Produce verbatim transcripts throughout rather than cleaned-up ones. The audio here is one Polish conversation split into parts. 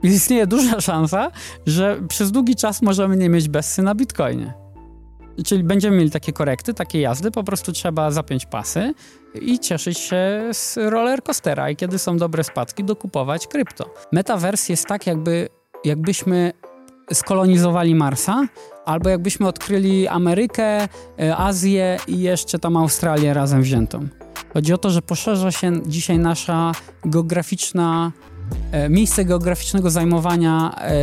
istnieje duża szansa, że przez długi czas możemy nie mieć bessy na Bitcoinie. Czyli będziemy mieli takie korekty, takie jazdy, po prostu trzeba zapiąć pasy i cieszyć się z rollercoastera i kiedy są dobre spadki, dokupować krypto. Metaverse jest tak, jakby, jakbyśmy skolonizowali Marsa, albo jakbyśmy odkryli Amerykę, Azję i jeszcze tam Australię razem wziętą. Chodzi o to, że poszerza się dzisiaj nasza geograficzna, e, miejsce geograficznego zajmowania e,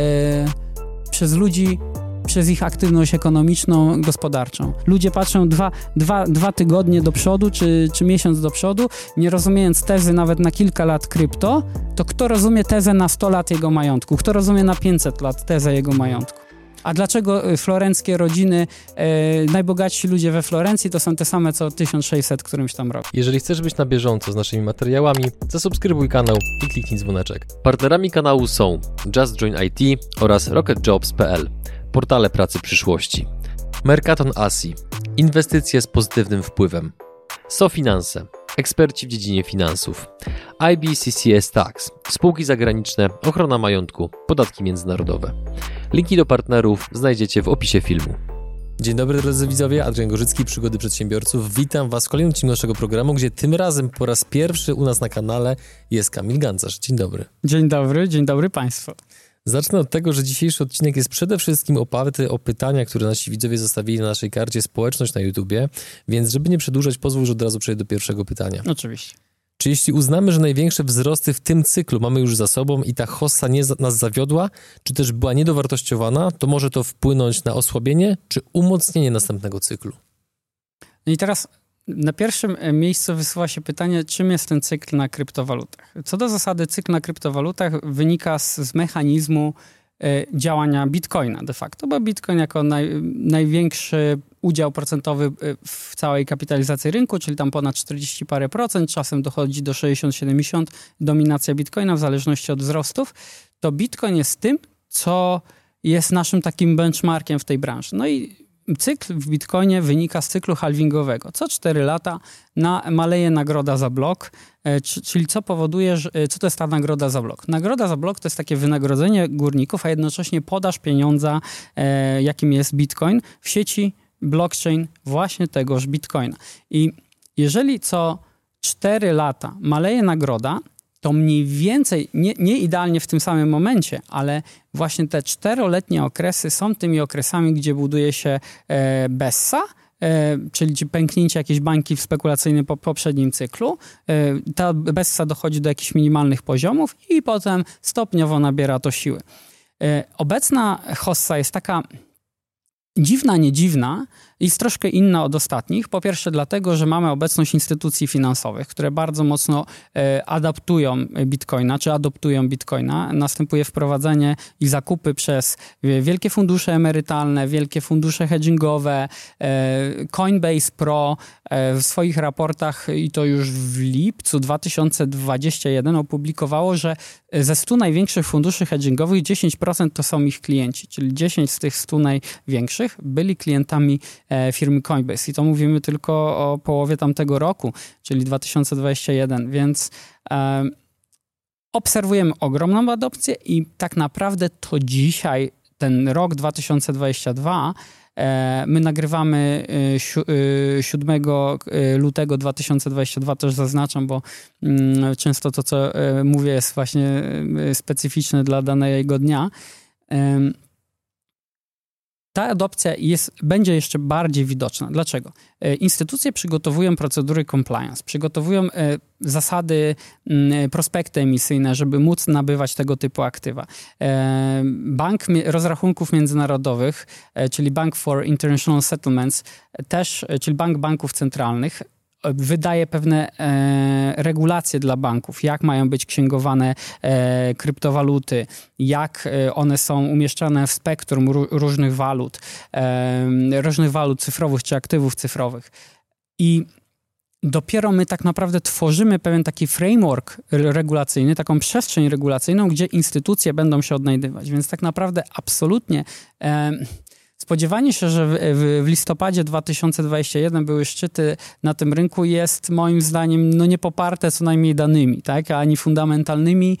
przez ludzi, przez ich aktywność ekonomiczną, gospodarczą. Ludzie patrzą dwa, dwa, dwa tygodnie do przodu, czy, czy miesiąc do przodu, nie rozumiejąc tezy nawet na kilka lat krypto, to kto rozumie tezę na sto lat jego majątku? Kto rozumie na pięćset lat tezę jego majątku? A dlaczego florenckie rodziny, e, najbogatsi ludzie we Florencji to są te same co tysiąc sześćset którymś tam roku? Jeżeli chcesz być na bieżąco z naszymi materiałami, zasubskrybuj kanał i kliknij dzwoneczek. Partnerami kanału są Just Join I T oraz rocket jobs kropka p l, portale pracy przyszłości. Mercaton Asi, inwestycje z pozytywnym wpływem. SoFinanse, eksperci w dziedzinie finansów. I B C C S Tax, spółki zagraniczne, ochrona majątku, podatki międzynarodowe. Linki do partnerów znajdziecie w opisie filmu. Dzień dobry drodzy widzowie, Adrian Gorzycki, Przygody Przedsiębiorców. Witam Was w kolejnym odcinku naszego programu, gdzie tym razem po raz pierwszy u nas na kanale jest Kamil Gancarz. Dzień dobry. Dzień dobry, dzień dobry Państwu. Zacznę od tego, że dzisiejszy odcinek jest przede wszystkim oparty o pytania, które nasi widzowie zostawili na naszej karcie społeczność na YouTubie, więc żeby nie przedłużać, pozwól, że od razu przejdę do pierwszego pytania. Oczywiście. Czy jeśli uznamy, że największe wzrosty w tym cyklu mamy już za sobą i ta hossa nie za, nas zawiodła, czy też była niedowartościowana, to może to wpłynąć na osłabienie czy umocnienie następnego cyklu? No i teraz na pierwszym miejscu wysuwa się pytanie, czym jest ten cykl na kryptowalutach. Co do zasady, cykl na kryptowalutach wynika z, z mechanizmu y, działania Bitcoina de facto, bo Bitcoin jako naj, największy udział procentowy w całej kapitalizacji rynku, czyli tam ponad czterdzieści parę procent, czasem dochodzi do sześćdziesiąt siedemdziesiąt, dominacja Bitcoina w zależności od wzrostów, to Bitcoin jest tym, co jest naszym takim benchmarkiem w tej branży. No i cykl w Bitcoinie wynika z cyklu halvingowego. Co cztery lata na, maleje nagroda za blok, e, czyli co powoduje, że, e, co to jest ta nagroda za blok? Nagroda za blok to jest takie wynagrodzenie górników, a jednocześnie podaż pieniądza, e, jakim jest Bitcoin, w sieci blockchain właśnie tegoż Bitcoina. I jeżeli co cztery lata maleje nagroda, to mniej więcej, nie, nie idealnie w tym samym momencie, ale właśnie te czteroletnie okresy są tymi okresami, gdzie buduje się e, Bessa, e, czyli pęknięcie jakiejś bańki w spekulacyjnym po poprzednim cyklu. E, ta Bessa dochodzi do jakichś minimalnych poziomów i potem stopniowo nabiera to siły. E, obecna hossa jest taka dziwna, nie dziwna, jest troszkę inna od ostatnich. Po pierwsze dlatego, że mamy obecność instytucji finansowych, które bardzo mocno e, adaptują Bitcoina, czy adoptują Bitcoina. Następuje wprowadzenie i zakupy przez wielkie fundusze emerytalne, wielkie fundusze hedgingowe. E, Coinbase Pro e, w swoich raportach, i to już w lipcu dwa tysiące dwudziestym pierwszym opublikowało, że ze stu największych funduszy hedgingowych dziesięć procent to są ich klienci, czyli dziesięć z tych stu największych byli klientami firmy Coinbase. I to mówimy tylko o połowie tamtego roku, czyli dwa tysiące dwudziestym pierwszym, więc e, obserwujemy ogromną adopcję i tak naprawdę to dzisiaj, ten rok dwa tysiące dwudziesty drugi, e, my nagrywamy e, siódmego lutego dwa tysiące dwudziestego drugiego, też zaznaczam, bo mm, często to, co e, mówię, jest właśnie e, specyficzne dla danego dnia. E, Ta adopcja jest, będzie jeszcze bardziej widoczna. Dlaczego? Instytucje przygotowują procedury compliance, przygotowują zasady, prospekty emisyjne, żeby móc nabywać tego typu aktywa. Bank Rozrachunków Międzynarodowych, czyli Bank for International Settlements, też, czyli Bank Banków Centralnych, wydaje pewne e, regulacje dla banków, jak mają być księgowane e, kryptowaluty, jak e, one są umieszczane w spektrum ró- różnych walut, e, różnych walut cyfrowych czy aktywów cyfrowych. I dopiero my tak naprawdę tworzymy pewien taki framework regulacyjny, taką przestrzeń regulacyjną, gdzie instytucje będą się odnajdywać. Więc tak naprawdę absolutnie e, z spodziewanie się, że w, w listopadzie dwa tysiące dwudziestym pierwszym były szczyty na tym rynku jest moim zdaniem no, nie poparte co najmniej danymi, tak? Ani fundamentalnymi,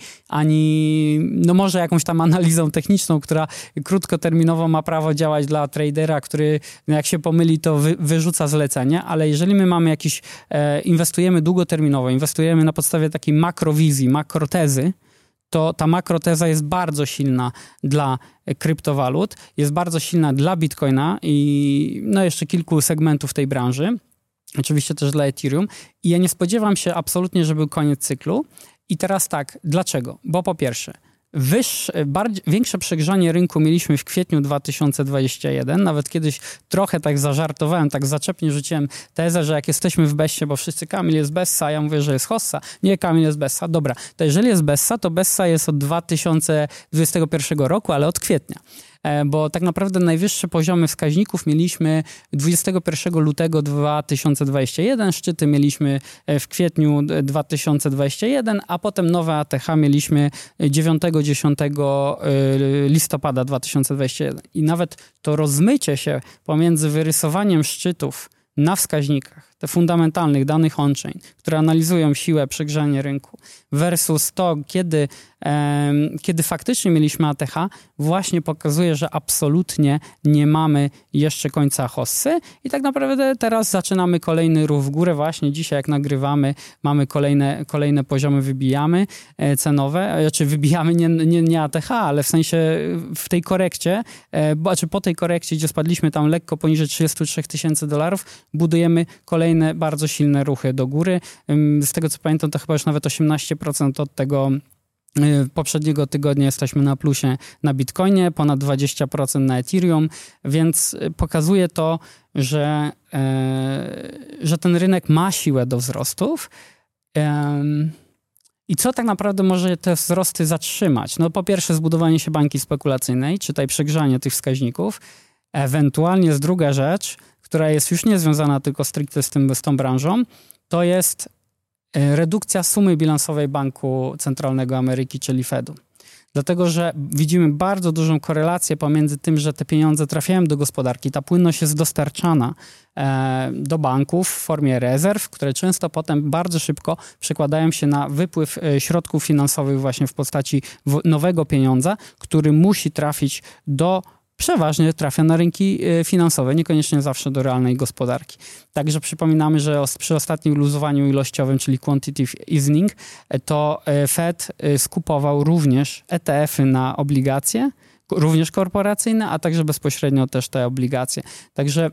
ani no może jakąś tam analizą techniczną, która krótkoterminowo ma prawo działać dla tradera, który jak się pomyli, to wy, wyrzuca zlecenie, ale jeżeli my mamy jakiś, e, inwestujemy długoterminowo, inwestujemy na podstawie takiej makrowizji, makrotezy, to ta makroteza jest bardzo silna dla kryptowalut, jest bardzo silna dla Bitcoina i no jeszcze kilku segmentów tej branży, oczywiście też dla Ethereum. I ja nie spodziewam się absolutnie, że był koniec cyklu. I teraz tak, dlaczego? Bo po pierwsze, Wyższe, bardziej, większe przegrzanie rynku mieliśmy w kwietniu dwa tysiące dwudziestym pierwszym. Nawet kiedyś trochę tak zażartowałem, tak zaczepnie rzuciłem tezę, że jak jesteśmy w Bessie, bo wszyscy Kamil jest Bessa, ja mówię, że jest Hossa. Nie, Kamil jest Bessa. Dobra, to jeżeli jest Bessa, to Bessa jest od dwa tysiące dwudziestego pierwszego roku, ale od kwietnia. Bo tak naprawdę najwyższe poziomy wskaźników mieliśmy dwudziestego pierwszego lutego dwa tysiące dwudziestego pierwszego, szczyty mieliśmy w kwietniu dwa tysiące dwudziestego pierwszego, a potem nowe A T H mieliśmy dziewiątego dziesiątego listopada dwa tysiące dwudziestego pierwszego. I nawet to rozmycie się pomiędzy wyrysowaniem szczytów na wskaźnikach, te fundamentalnych danych on-chain, które analizują siłę, przegrzanie rynku, versus to, kiedy, e, kiedy faktycznie mieliśmy A T H, właśnie pokazuje, że absolutnie nie mamy jeszcze końca hossy i tak naprawdę teraz zaczynamy kolejny ruch w górę. Właśnie dzisiaj, jak nagrywamy, mamy kolejne, kolejne poziomy, wybijamy e, cenowe, znaczy wybijamy nie, nie, nie A T H, ale w sensie w tej korekcie, e, znaczy po tej korekcie, gdzie spadliśmy tam lekko poniżej trzydzieści trzy tysięcy dolarów, budujemy kolejne bardzo silne ruchy do góry. Z tego, co pamiętam, to chyba już nawet osiemnaście procent od tego poprzedniego tygodnia jesteśmy na plusie na Bitcoinie, ponad dwadzieścia procent na Ethereum, więc pokazuje to, że, że ten rynek ma siłę do wzrostów. I co tak naprawdę może te wzrosty zatrzymać? No po pierwsze zbudowanie się bańki spekulacyjnej, czytaj przegrzanie tych wskaźników. Ewentualnie jest druga rzecz, która jest już nie związana tylko stricte z, tym, z tą branżą, to jest redukcja sumy bilansowej Banku Centralnego Ameryki, czyli Fedu. Dlatego, że widzimy bardzo dużą korelację pomiędzy tym, że te pieniądze trafiają do gospodarki, ta płynność jest dostarczana e, do banków w formie rezerw, które często potem bardzo szybko przekładają się na wypływ e, środków finansowych właśnie w postaci w, nowego pieniądza, który musi trafić do przeważnie trafia na rynki finansowe, niekoniecznie zawsze do realnej gospodarki. Także przypominamy, że przy ostatnim luzowaniu ilościowym, czyli quantitative easing, to Fed skupował również E T F-y na obligacje, również korporacyjne, a także bezpośrednio też te obligacje. Także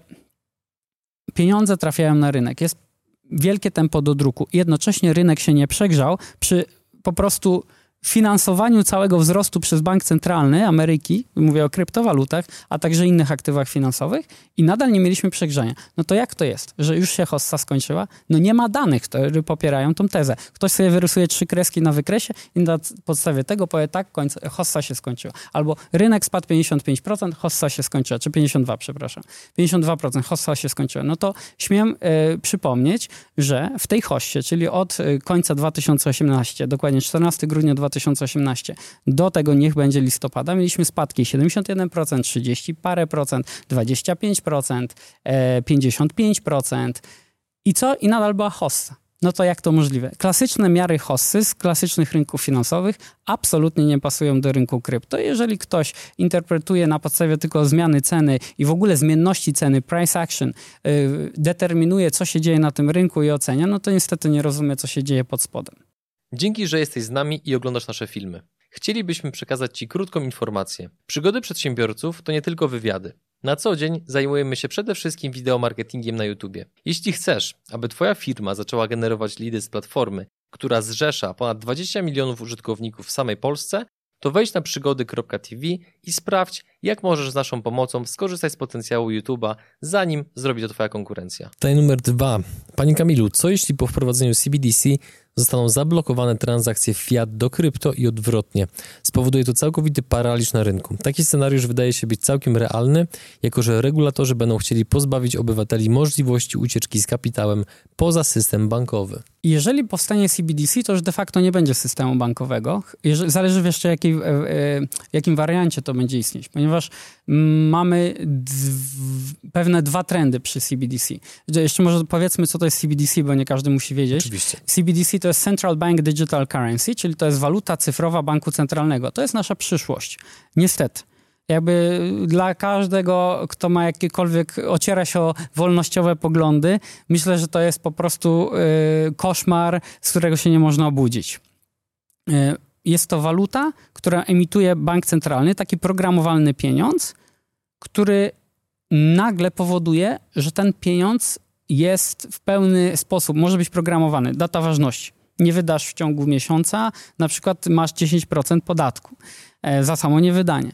pieniądze trafiają na rynek. Jest wielkie tempo do druku. Jednocześnie rynek się nie przegrzał przy po prostu finansowaniu całego wzrostu przez Bank Centralny Ameryki, mówię o kryptowalutach, a także innych aktywach finansowych i nadal nie mieliśmy przegrzania. No to jak to jest, że już się hossa skończyła? No nie ma danych, które popierają tą tezę. Ktoś sobie wyrysuje trzy kreski na wykresie i na podstawie tego powie tak, końc, hossa się skończyła. Albo rynek spadł pięćdziesiąt pięć procent, hossa się skończyła, czy pięćdziesiąt dwa, przepraszam. pięćdziesiąt dwa procent hossa się skończyła. No to śmiem e, przypomnieć, że w tej hossie, czyli od końca dwa tysiące osiemnastego, dokładnie czternastego grudnia dwa tysiące osiemnastego, do tego niech będzie listopada, mieliśmy spadki siedemdziesiąt jeden procent, trzydzieści parę procent, dwadzieścia pięć procent, e, pięćdziesiąt pięć procent i co? I nadal była hossa. No to jak to możliwe? Klasyczne miary hossy z klasycznych rynków finansowych absolutnie nie pasują do rynku krypto. Jeżeli ktoś interpretuje na podstawie tylko zmiany ceny i w ogóle zmienności ceny, price action, yy, determinuje, co się dzieje na tym rynku i ocenia, no to niestety nie rozumie, co się dzieje pod spodem. Dzięki, że jesteś z nami i oglądasz nasze filmy. Chcielibyśmy przekazać Ci krótką informację. Przygody przedsiębiorców to nie tylko wywiady. Na co dzień zajmujemy się przede wszystkim wideomarketingiem na YouTubie. Jeśli chcesz, aby Twoja firma zaczęła generować leady z platformy, która zrzesza ponad dwadzieścia milionów użytkowników w samej Polsce, to wejdź na przygody kropka t v i sprawdź, jak możesz z naszą pomocą skorzystać z potencjału YouTube'a, zanim zrobi to Twoja konkurencja. Pytanie numer dwa. Panie Kamilu, co jeśli po wprowadzeniu C B D C zostaną zablokowane transakcje fiat do krypto i odwrotnie? Spowoduje to całkowity paraliż na rynku. Taki scenariusz wydaje się być całkiem realny, jako że regulatorzy będą chcieli pozbawić obywateli możliwości ucieczki z kapitałem poza system bankowy. Jeżeli powstanie C B D C, to już de facto nie będzie systemu bankowego. Jeżeli, zależy jeszcze jakiej, w jakim wariancie to będzie istnieć, ponieważ mamy d- pewne dwa trendy przy C B D C. Jeszcze może powiedzmy, co to jest C B D C, bo nie każdy musi wiedzieć. Oczywiście. C B D C to jest Central Bank Digital Currency, czyli to jest waluta cyfrowa banku centralnego. To jest nasza przyszłość. Niestety. Jakby dla każdego, kto ma jakiekolwiek, ociera się o wolnościowe poglądy, myślę, że to jest po prostu y, koszmar, z którego się nie można obudzić. Y, jest to waluta, która emituje bank centralny, taki programowalny pieniądz, który nagle powoduje, że ten pieniądz jest w pełny sposób, może być programowany, data ważności. Nie wydasz w ciągu miesiąca, na przykład masz dziesięć procent podatku y, za samo niewydanie.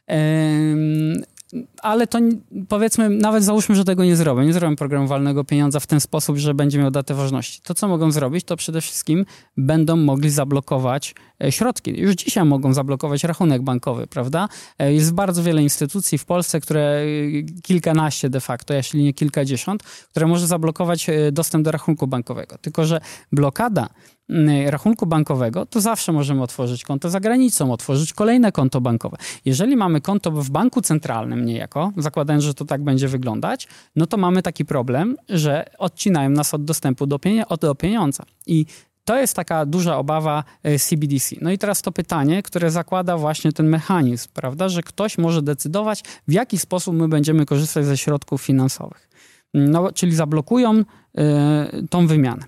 Ale to powiedzmy, nawet załóżmy, że tego nie zrobię. Nie zrobię programowalnego pieniądza w ten sposób, że będzie miał datę ważności. To, co mogą zrobić, to przede wszystkim będą mogli zablokować środki. Już dzisiaj mogą zablokować rachunek bankowy, prawda? Jest bardzo wiele instytucji w Polsce, które kilkanaście de facto, jeśli nie kilkadziesiąt, które może zablokować dostęp do rachunku bankowego. Tylko że blokada rachunku bankowego, to zawsze możemy otworzyć konto za granicą, otworzyć kolejne konto bankowe. Jeżeli mamy konto w banku centralnym niejako, zakładając, że to tak będzie wyglądać, no to mamy taki problem, że odcinają nas od dostępu do, pienie- do pieniądza. I to jest taka duża obawa C B D C. No i teraz to pytanie, które zakłada właśnie ten mechanizm, prawda, że ktoś może decydować, w jaki sposób my będziemy korzystać ze środków finansowych. No, czyli zablokują y, tą wymianę.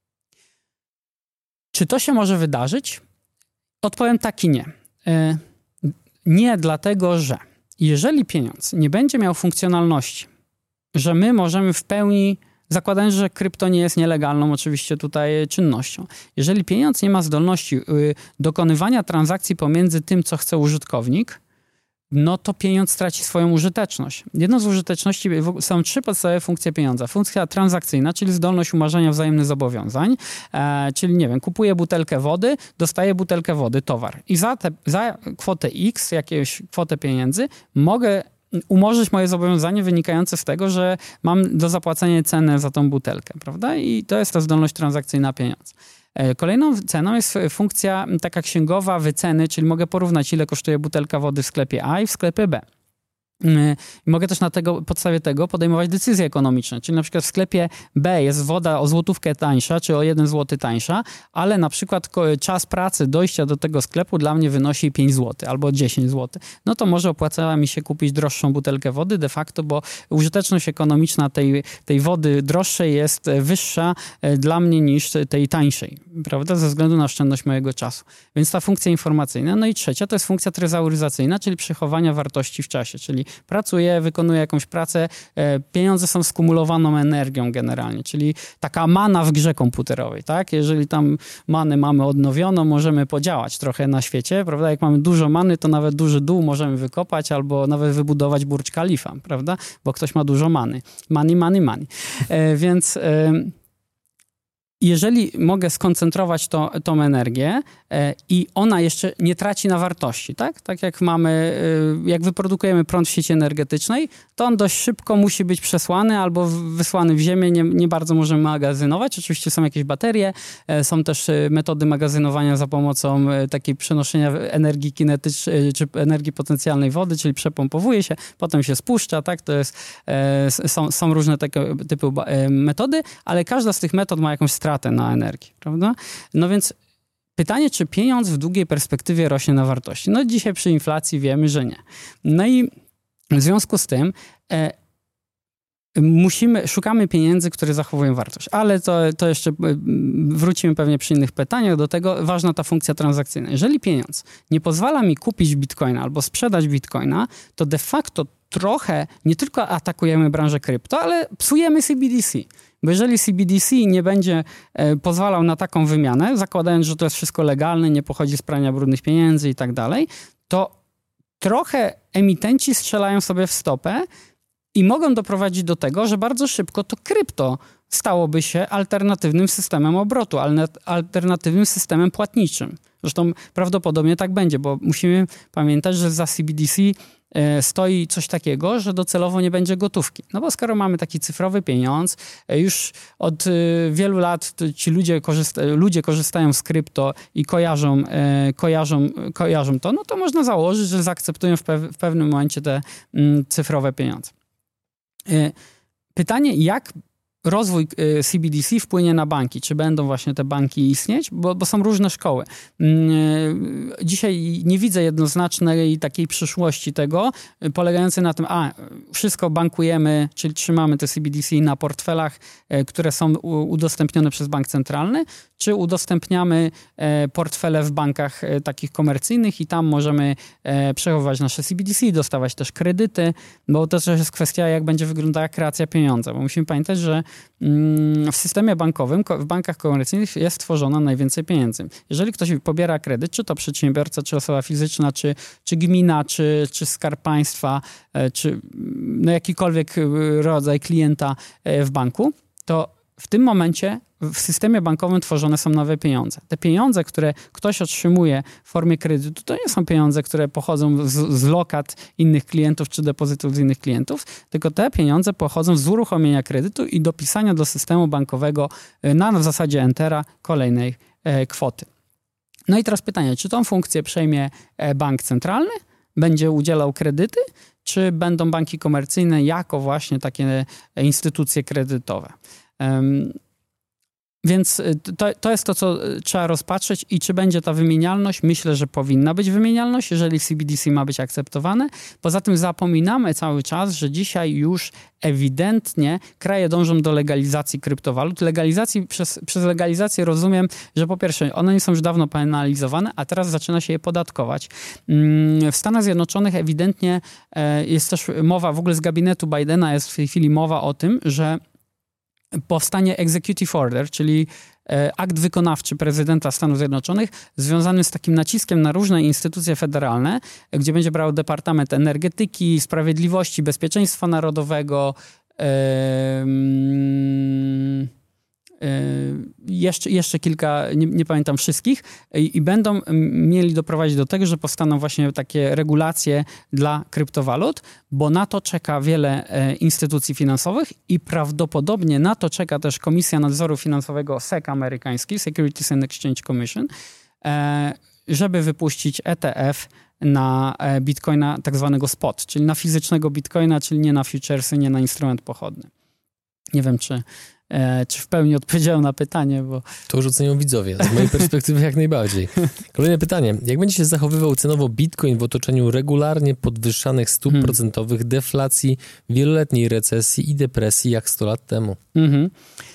Czy to się może wydarzyć? Odpowiem tak i nie. Nie dlatego, że jeżeli pieniądz nie będzie miał funkcjonalności, że my możemy w pełni, zakładając, że krypto nie jest nielegalną oczywiście tutaj czynnością, jeżeli pieniądz nie ma zdolności dokonywania transakcji pomiędzy tym, co chce użytkownik, no to pieniądz straci swoją użyteczność. Jedną z użyteczności są trzy podstawowe funkcje pieniądza. Funkcja transakcyjna, czyli zdolność umarzania wzajemnych zobowiązań, e, czyli nie wiem, kupuję butelkę wody, dostaję butelkę wody, towar. I za, te, za kwotę X, jakąś kwotę pieniędzy, mogę umorzyć moje zobowiązanie wynikające z tego, że mam do zapłacenia cenę za tą butelkę, prawda? I to jest ta zdolność transakcyjna pieniądza. Kolejną ceną jest funkcja taka księgowa wyceny, czyli mogę porównać, ile kosztuje butelka wody w sklepie A i w sklepie B. I mogę też na tego, podstawie tego podejmować decyzje ekonomiczne, czyli na przykład w sklepie B jest woda o złotówkę tańsza, czy o jeden złoty tańsza, ale na przykład czas pracy dojścia do tego sklepu dla mnie wynosi pięć złotych albo dziesięć złotych. No to może opłaca mi się kupić droższą butelkę wody de facto, bo użyteczność ekonomiczna tej, tej wody droższej jest wyższa dla mnie niż tej tańszej, prawda, ze względu na oszczędność mojego czasu. Więc ta funkcja informacyjna. No i trzecia to jest funkcja trezauryzacyjna, czyli przechowania wartości w czasie, czyli pracuję, wykonuję jakąś pracę, pieniądze są skumulowaną energią generalnie, czyli taka mana w grze komputerowej, tak? Jeżeli tam manę mamy odnowioną, możemy podziałać trochę na świecie, prawda? Jak mamy dużo many, to nawet duży dół możemy wykopać albo nawet wybudować Burcz Khalifa, prawda? Bo ktoś ma dużo many. Money, money, money. E, więc... E, Jeżeli mogę skoncentrować to, tą energię e, i ona jeszcze nie traci na wartości, tak? Tak jak mamy, e, jak wyprodukujemy prąd w sieci energetycznej, to on dość szybko musi być przesłany albo wysłany w ziemię, nie, nie bardzo możemy magazynować. Oczywiście są jakieś baterie, e, są też metody magazynowania za pomocą e, takiej przenoszenia energii kinetycznej, czy energii potencjalnej wody, czyli przepompowuje się, potem się spuszcza, tak? To jest, e, są, są różne takie typy e, metody, ale każda z tych metod ma jakąś stratę na energię, prawda? No więc pytanie, czy pieniądz w długiej perspektywie rośnie na wartości? No dzisiaj przy inflacji wiemy, że nie. No i w związku z tym e, musimy, szukamy pieniędzy, które zachowują wartość. Ale to, to jeszcze wrócimy pewnie przy innych pytaniach do tego. Ważna ta funkcja transakcyjna. Jeżeli pieniądz nie pozwala mi kupić bitcoina albo sprzedać bitcoina, to de facto trochę nie tylko atakujemy branżę krypto, ale psujemy C B D C. Bo jeżeli C B D C nie będzie e, pozwalał na taką wymianę, zakładając, że to jest wszystko legalne, nie pochodzi z prania brudnych pieniędzy i tak dalej, to trochę emitenci strzelają sobie w stopę i mogą doprowadzić do tego, że bardzo szybko to krypto stałoby się alternatywnym systemem obrotu, alternatywnym systemem płatniczym. Zresztą prawdopodobnie tak będzie, bo musimy pamiętać, że za C B D C stoi coś takiego, że docelowo nie będzie gotówki. No bo skoro mamy taki cyfrowy pieniądz, już od wielu lat ci ludzie, korzysta, ludzie korzystają z krypto i kojarzą, kojarzą, kojarzą to, no to można założyć, że zaakceptują w, pew, w pewnym momencie te cyfrowe pieniądze. Pytanie, jak rozwój C B D C wpłynie na banki. Czy będą właśnie te banki istnieć? Bo, bo są różne szkoły. Dzisiaj nie widzę jednoznacznej takiej przyszłości tego, polegającej na tym, a wszystko bankujemy, czyli trzymamy te C B D C na portfelach, które są udostępnione przez bank centralny, czy udostępniamy portfele w bankach takich komercyjnych i tam możemy przechowywać nasze C B D C, dostawać też kredyty, bo to też jest kwestia, jak będzie wyglądała kreacja pieniądza. Bo musimy pamiętać, że w systemie bankowym, w bankach komercyjnych jest tworzone najwięcej pieniędzy. Jeżeli ktoś pobiera kredyt, czy to przedsiębiorca, czy osoba fizyczna, czy, czy gmina, czy, czy skarb państwa, czy no jakikolwiek rodzaj klienta w banku, to w tym momencie w systemie bankowym tworzone są nowe pieniądze. Te pieniądze, które ktoś otrzymuje w formie kredytu, to nie są pieniądze, które pochodzą z, z lokat innych klientów czy depozytów z innych klientów, tylko te pieniądze pochodzą z uruchomienia kredytu i dopisania do systemu bankowego na w zasadzie entera kolejnej e, kwoty. No i teraz pytanie, czy tą funkcję przejmie bank centralny, będzie udzielał kredyty, czy będą banki komercyjne jako właśnie takie instytucje kredytowe. Um, Więc to, to jest to, co trzeba rozpatrzeć i czy będzie ta wymienialność. Myślę, że powinna być wymienialność, jeżeli C B D C ma być akceptowane. Poza tym zapominamy cały czas, że dzisiaj już ewidentnie kraje dążą do legalizacji kryptowalut. Legalizacji, przez, przez legalizację rozumiem, że po pierwsze one nie są już dawno penalizowane, a teraz zaczyna się je podatkować. W Stanach Zjednoczonych ewidentnie jest też mowa, w ogóle z gabinetu Bidena jest w tej chwili mowa o tym, że powstanie executive order, czyli akt wykonawczy prezydenta Stanów Zjednoczonych związany z takim naciskiem na różne instytucje federalne, gdzie będzie brał Departament Energetyki, Sprawiedliwości, Bezpieczeństwa Narodowego, yy, Jeszcze, jeszcze kilka, nie, nie pamiętam wszystkich, i, i będą mieli doprowadzić do tego, że powstaną właśnie takie regulacje dla kryptowalut, bo na to czeka wiele e, instytucji finansowych i prawdopodobnie na to czeka też Komisja Nadzoru Finansowego S E C amerykański, Securities and Exchange Commission, e, żeby wypuścić E T F na bitcoina tak zwanego spot, czyli na fizycznego bitcoina, czyli nie na futuresy, nie na instrument pochodny. Nie wiem, czy Czy w pełni odpowiedziałem na pytanie, bo... To już ocenią widzowie. Z mojej perspektywy jak najbardziej. Kolejne pytanie. Jak będzie się zachowywał cenowo Bitcoin w otoczeniu regularnie podwyższanych stóp hmm. procentowych, deflacji, wieloletniej recesji i depresji jak sto lat temu? Mhm.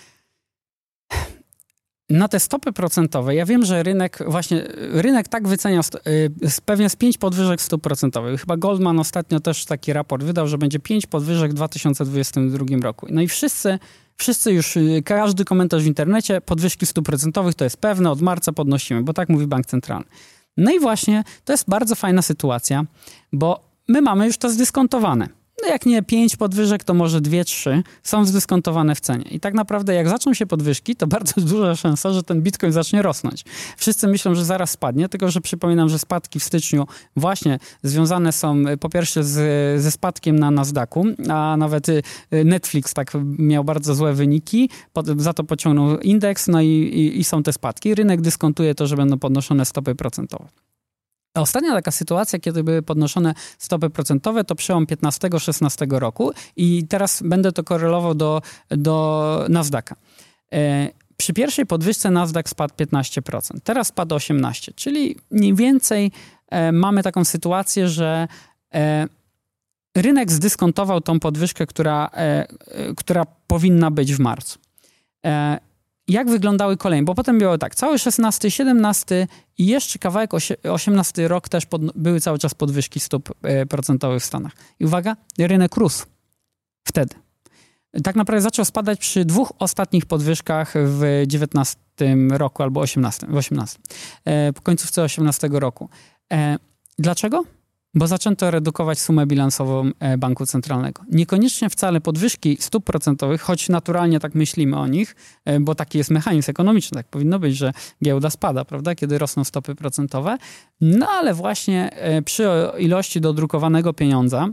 Na te stopy procentowe, ja wiem, że rynek właśnie, rynek tak wycenia sto, y, pewnie z pięć podwyżek stóp procentowych. Chyba Goldman ostatnio też taki raport wydał, że będzie pięć podwyżek w dwa tysiące dwudziestym drugim roku. No i wszyscy, wszyscy już, każdy komentarz w internecie, podwyżki stóp procentowych to jest pewne, od marca podnosimy, bo tak mówi bank centralny. No i właśnie to jest bardzo fajna sytuacja, bo my mamy już to zdyskontowane. No jak nie pięć podwyżek, to może dwie, trzy są zdyskontowane w cenie. I tak naprawdę jak zaczną się podwyżki, to bardzo duża szansa, że ten Bitcoin zacznie rosnąć. Wszyscy myślą, że zaraz spadnie, tylko że przypominam, że spadki w styczniu właśnie związane są po pierwsze z, ze spadkiem na Nasdaqu, a nawet Netflix tak miał bardzo złe wyniki, za to pociągnął indeks, no i, i, i są te spadki. Rynek dyskontuje to, że będą podnoszone stopy procentowe. Ostatnia taka sytuacja, kiedy były podnoszone stopy procentowe, to przełom piętnastego szesnastego roku i teraz będę to korelował do, do Nasdaqa. E, przy pierwszej podwyżce Nasdaq spadł piętnaście procent, teraz spadł osiemnaście procent, czyli mniej więcej e, mamy taką sytuację, że e, rynek zdyskontował tą podwyżkę, która, e, e, która powinna być w marcu. E, Jak wyglądały kolejne? Bo potem było tak, cały szesnasty, siedemnasty i jeszcze kawałek osiemnasty rok też pod, były cały czas podwyżki stóp procentowych w Stanach. I uwaga, rynek rósł wtedy. Tak naprawdę zaczął spadać przy dwóch ostatnich podwyżkach w dziewiętnastym roku albo osiemnastym, w osiemnastym, po końcówce osiemnastego roku. Dlaczego? bo zaczęto redukować sumę bilansową banku centralnego. Niekoniecznie wcale podwyżki stóp procentowych, choć naturalnie tak myślimy o nich, bo taki jest mechanizm ekonomiczny, tak powinno być, że giełda spada, prawda, kiedy rosną stopy procentowe. No ale właśnie przy ilości dodrukowanego pieniądza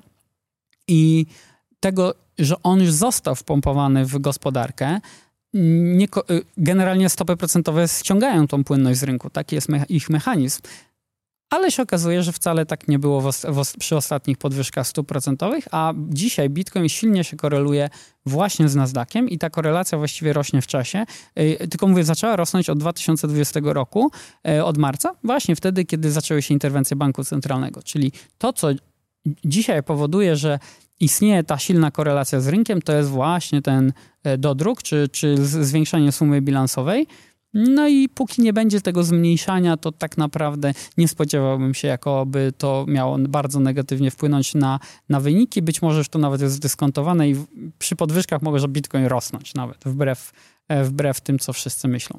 i tego, że on już został wpompowany w gospodarkę, nie, generalnie stopy procentowe ściągają tą płynność z rynku. Taki jest mecha- ich mechanizm. Ale się okazuje, że wcale tak nie było w os- w os- przy ostatnich podwyżkach stóp procentowych, a dzisiaj Bitcoin silnie się koreluje właśnie z Nasdaqiem i ta korelacja właściwie rośnie w czasie. Yy, tylko mówię, zaczęła rosnąć od dwa tysiące dwudziestego roku, yy, od marca, właśnie wtedy, kiedy zaczęły się interwencje banku centralnego. Czyli to, co dzisiaj powoduje, że istnieje ta silna korelacja z rynkiem, to jest właśnie ten dodruk, czy, czy zwiększanie sumy bilansowej. No i póki nie będzie tego zmniejszania, to tak naprawdę nie spodziewałbym się, jakoby to miało bardzo negatywnie wpłynąć na, na wyniki. Być może już to nawet jest zdyskontowane i w, przy podwyżkach może Bitcoin rosnąć nawet, wbrew, wbrew tym, co wszyscy myślą.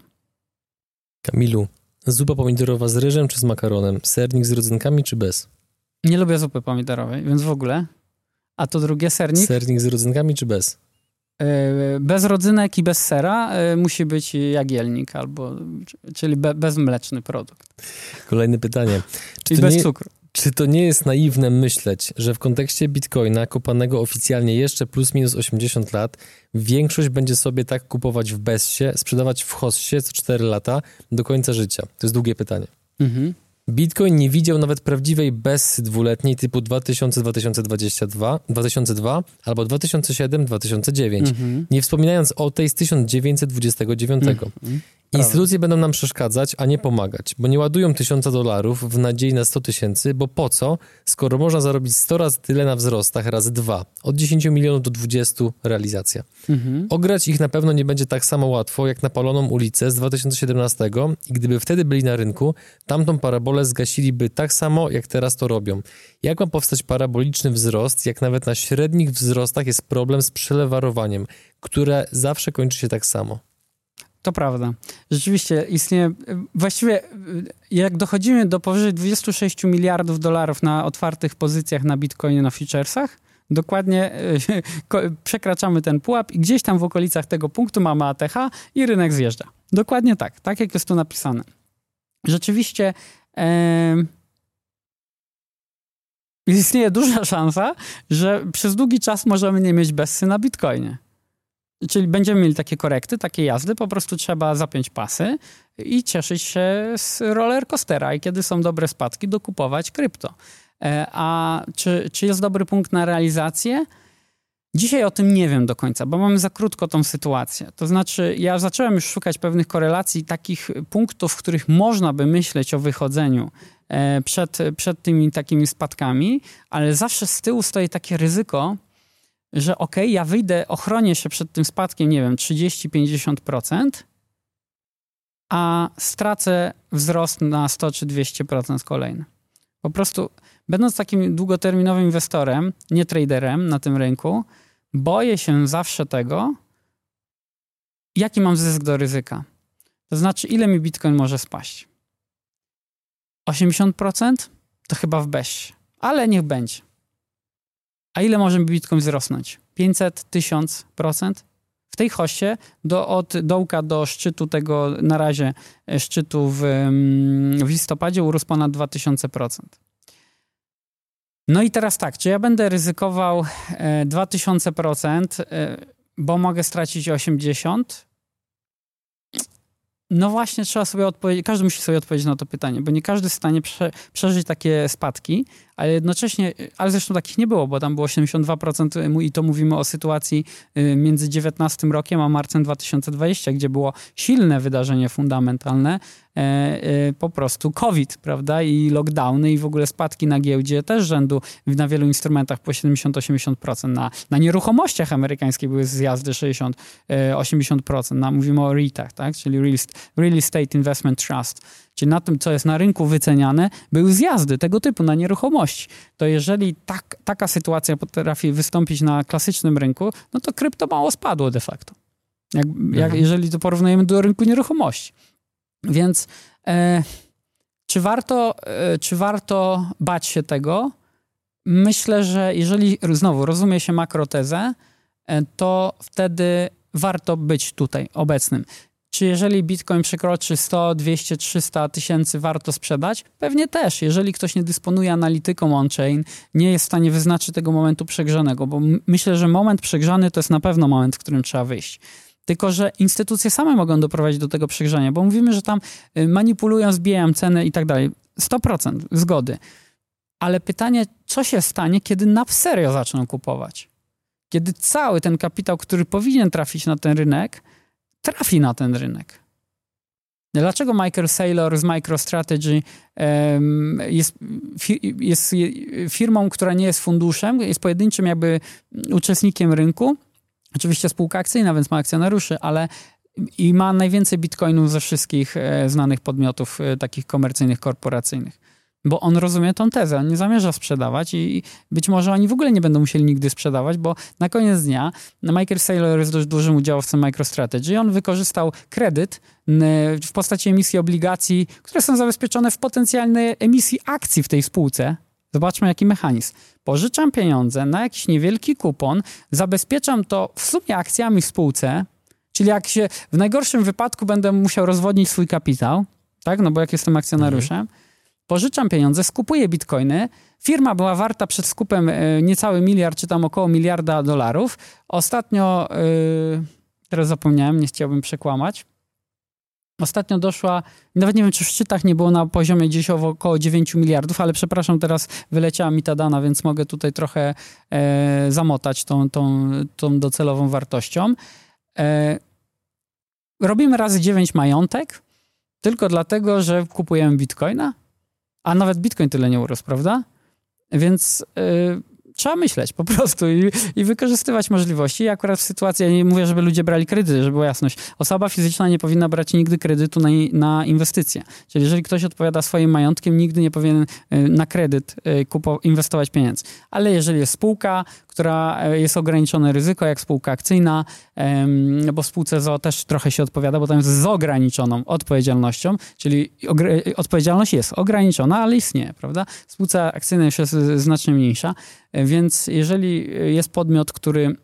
Kamilu, zupa pomidorowa z ryżem czy z makaronem? Sernik z rodzynkami czy bez? Nie lubię zupy pomidorowej, więc w ogóle. A to drugie, sernik? Sernik z rodzynkami czy bez? Bez rodzynek i bez sera musi być jagielnik, albo, czyli be, bezmleczny produkt. Kolejne pytanie. Czy I to bez nie, cukru. Czy to nie jest naiwne myśleć, że w kontekście Bitcoina, kopanego oficjalnie jeszcze plus minus osiemdziesiąt lat, większość będzie sobie tak kupować w Bessie, sprzedawać w Hossie co cztery lata do końca życia? To jest długie pytanie. Mhm. Bitcoin nie widział nawet prawdziwej Bessy dwuletniej typu dwa tysiące do dwa tysiące dwudziestego drugiego, dwa tysiące drugi albo dwa tysiące siódmy do dwa tysiące dziewiątego. Mhm. Nie wspominając o tej z tysiąc dziewięćset dwudziestego dziewiątego. Mhm. Instytucje będą nam przeszkadzać, a nie pomagać, bo nie ładują tysiąca dolarów w nadziei na sto tysięcy, bo po co, skoro można zarobić sto razy tyle na wzrostach razy dwa. Od dziesięciu milionów do dwudziestu realizacja. Mhm. Ograć ich na pewno nie będzie tak samo łatwo, jak napaloną ulicę z dwa tysiące siedemnastego i gdyby wtedy byli na rynku, tamtą parabolę zgasiliby tak samo, jak teraz to robią. Jak ma powstać paraboliczny wzrost, jak nawet na średnich wzrostach jest problem z przelewarowaniem, które zawsze kończy się tak samo? To prawda. Rzeczywiście istnieje, właściwie jak dochodzimy do powyżej dwudziestu sześciu miliardów dolarów na otwartych pozycjach na Bitcoinie, na futuresach, dokładnie przekraczamy ten pułap i gdzieś tam w okolicach tego punktu mamy A T H i rynek zjeżdża. Dokładnie tak, tak jak jest tu napisane. Rzeczywiście e, istnieje duża szansa, że przez długi czas możemy nie mieć Bessy na Bitcoinie. Czyli będziemy mieli takie korekty, takie jazdy, po prostu trzeba zapiąć pasy i cieszyć się z rollercoastera i kiedy są dobre spadki, dokupować krypto. A czy, czy jest dobry punkt na realizację? Dzisiaj o tym nie wiem do końca, bo mamy za krótko tą sytuację. To znaczy ja zacząłem już szukać pewnych korelacji, takich punktów, w których można by myśleć o wychodzeniu przed, przed tymi takimi spadkami, ale zawsze z tyłu stoi takie ryzyko, że okej, okay, ja wyjdę, ochronię się przed tym spadkiem, nie wiem, trzydzieści do pięćdziesięciu procent, a stracę wzrost na sto czy dwieście procent kolejny. Po prostu, będąc takim długoterminowym inwestorem, nie traderem na tym rynku, boję się zawsze tego, jaki mam zysk do ryzyka. To znaczy, ile mi Bitcoin może spaść. osiemdziesiąt procent? To chyba w Bessie, ale niech będzie. A ile może Bitcoin wzrosnąć? pięćset, tysiąc procent? W tej hoście do, od dołka do szczytu tego, na razie szczytu w, w listopadzie urósł ponad dwa tysiące procent. No i teraz tak, czy ja będę ryzykował e, dwa tysiące procent, e, bo mogę stracić osiemdziesiąt? No właśnie trzeba sobie odpowiedzieć, każdy musi sobie odpowiedzieć na to pytanie, bo nie każdy jest w stanie prze, przeżyć takie spadki, ale jednocześnie, ale zresztą takich nie było, bo tam było siedemdziesiąt dwa procent i to mówimy o sytuacji między dziewiętnastym rokiem a marcem dwa tysiące dwudziestym, gdzie było silne wydarzenie fundamentalne, e, e, po prostu COVID, prawda, i lockdowny i w ogóle spadki na giełdzie też rzędu na wielu instrumentach po siedemdziesiąt do osiemdziesięciu procent. Na, na nieruchomościach amerykańskich były zjazdy sześćdziesiąt do osiemdziesięciu procent. Na, mówimy o REITach, tak, czyli Real, Real Estate Investment Trust. Czyli na tym, co jest na rynku wyceniane, były zjazdy tego typu na nieruchomości. To jeżeli tak, taka sytuacja potrafi wystąpić na klasycznym rynku, no to krypto mało spadło de facto. Jak, mhm. jak, jeżeli to porównujemy do rynku nieruchomości. Więc e, czy, warto, e, czy warto bać się tego? myślę, że jeżeli znowu rozumie się makrotezę, to wtedy warto być tutaj obecnym. Czy jeżeli Bitcoin przekroczy sto, dwieście, trzysta tysięcy, warto sprzedać? Pewnie też. Jeżeli ktoś nie dysponuje analityką on-chain, nie jest w stanie wyznaczyć tego momentu przegrzanego, bo myślę, że moment przegrzany to jest na pewno moment, w którym trzeba wyjść. Tylko że instytucje same mogą doprowadzić do tego przegrzania, bo mówimy, że tam manipulują, zbijają ceny i tak dalej. sto procent zgody. Ale pytanie, co się stanie, kiedy na serio zaczną kupować? Kiedy cały ten kapitał, który powinien trafić na ten rynek, trafi na ten rynek. Dlaczego Michael Saylor z MicroStrategy um, jest, fi, jest firmą, która nie jest funduszem, jest pojedynczym jakby uczestnikiem rynku, oczywiście spółka akcyjna, więc ma akcjonariuszy, ale i ma najwięcej bitcoinów ze wszystkich e, znanych podmiotów e, takich komercyjnych, korporacyjnych. Bo on rozumie tą tezę, on nie zamierza sprzedawać i być może oni w ogóle nie będą musieli nigdy sprzedawać, bo na koniec dnia Michael Saylor jest dość dużym udziałowcem MicroStrategy. On wykorzystał kredyt w postaci emisji obligacji, które są zabezpieczone w potencjalnej emisji akcji w tej spółce. Zobaczmy, jaki mechanizm. Pożyczam pieniądze na jakiś niewielki kupon, zabezpieczam to w sumie akcjami w spółce, czyli jak się w najgorszym wypadku będę musiał rozwodnić swój kapitał, tak, no bo jak jestem akcjonariuszem, mhm. pożyczam pieniądze, skupuję bitcoiny. Firma była warta przed skupem niecały miliard, czy tam około miliarda dolarów. Ostatnio, yy, teraz zapomniałem, nie chciałbym przekłamać. Ostatnio doszła, nawet nie wiem, czy w szczytach nie było na poziomie gdzieś około dziewięć miliardów, ale przepraszam, teraz wyleciała mi ta dana, więc mogę tutaj trochę e, zamotać tą, tą, tą docelową wartością. E, robimy razy dziewięć majątek, tylko dlatego, że kupujemy bitcoina. A nawet Bitcoin tyle nie urósł, prawda? Więc yy, trzeba myśleć po prostu i, i wykorzystywać możliwości. I akurat w sytuacji, ja nie mówię, żeby ludzie brali kredyty, żeby była jasność. Osoba fizyczna nie powinna brać nigdy kredytu na, na inwestycje. Czyli jeżeli ktoś odpowiada swoim majątkiem, nigdy nie powinien yy, na kredyt yy, kupo, inwestować pieniędzy. Ale jeżeli jest spółka, która jest ograniczone ryzyko, jak spółka akcyjna, yy, bo w spółce z o o też trochę się odpowiada, bo tam jest z ograniczoną odpowiedzialnością, czyli ogr- odpowiedzialność jest ograniczona, ale istnieje, prawda? Spółka akcyjna już jest znacznie mniejsza, więc jeżeli jest podmiot, który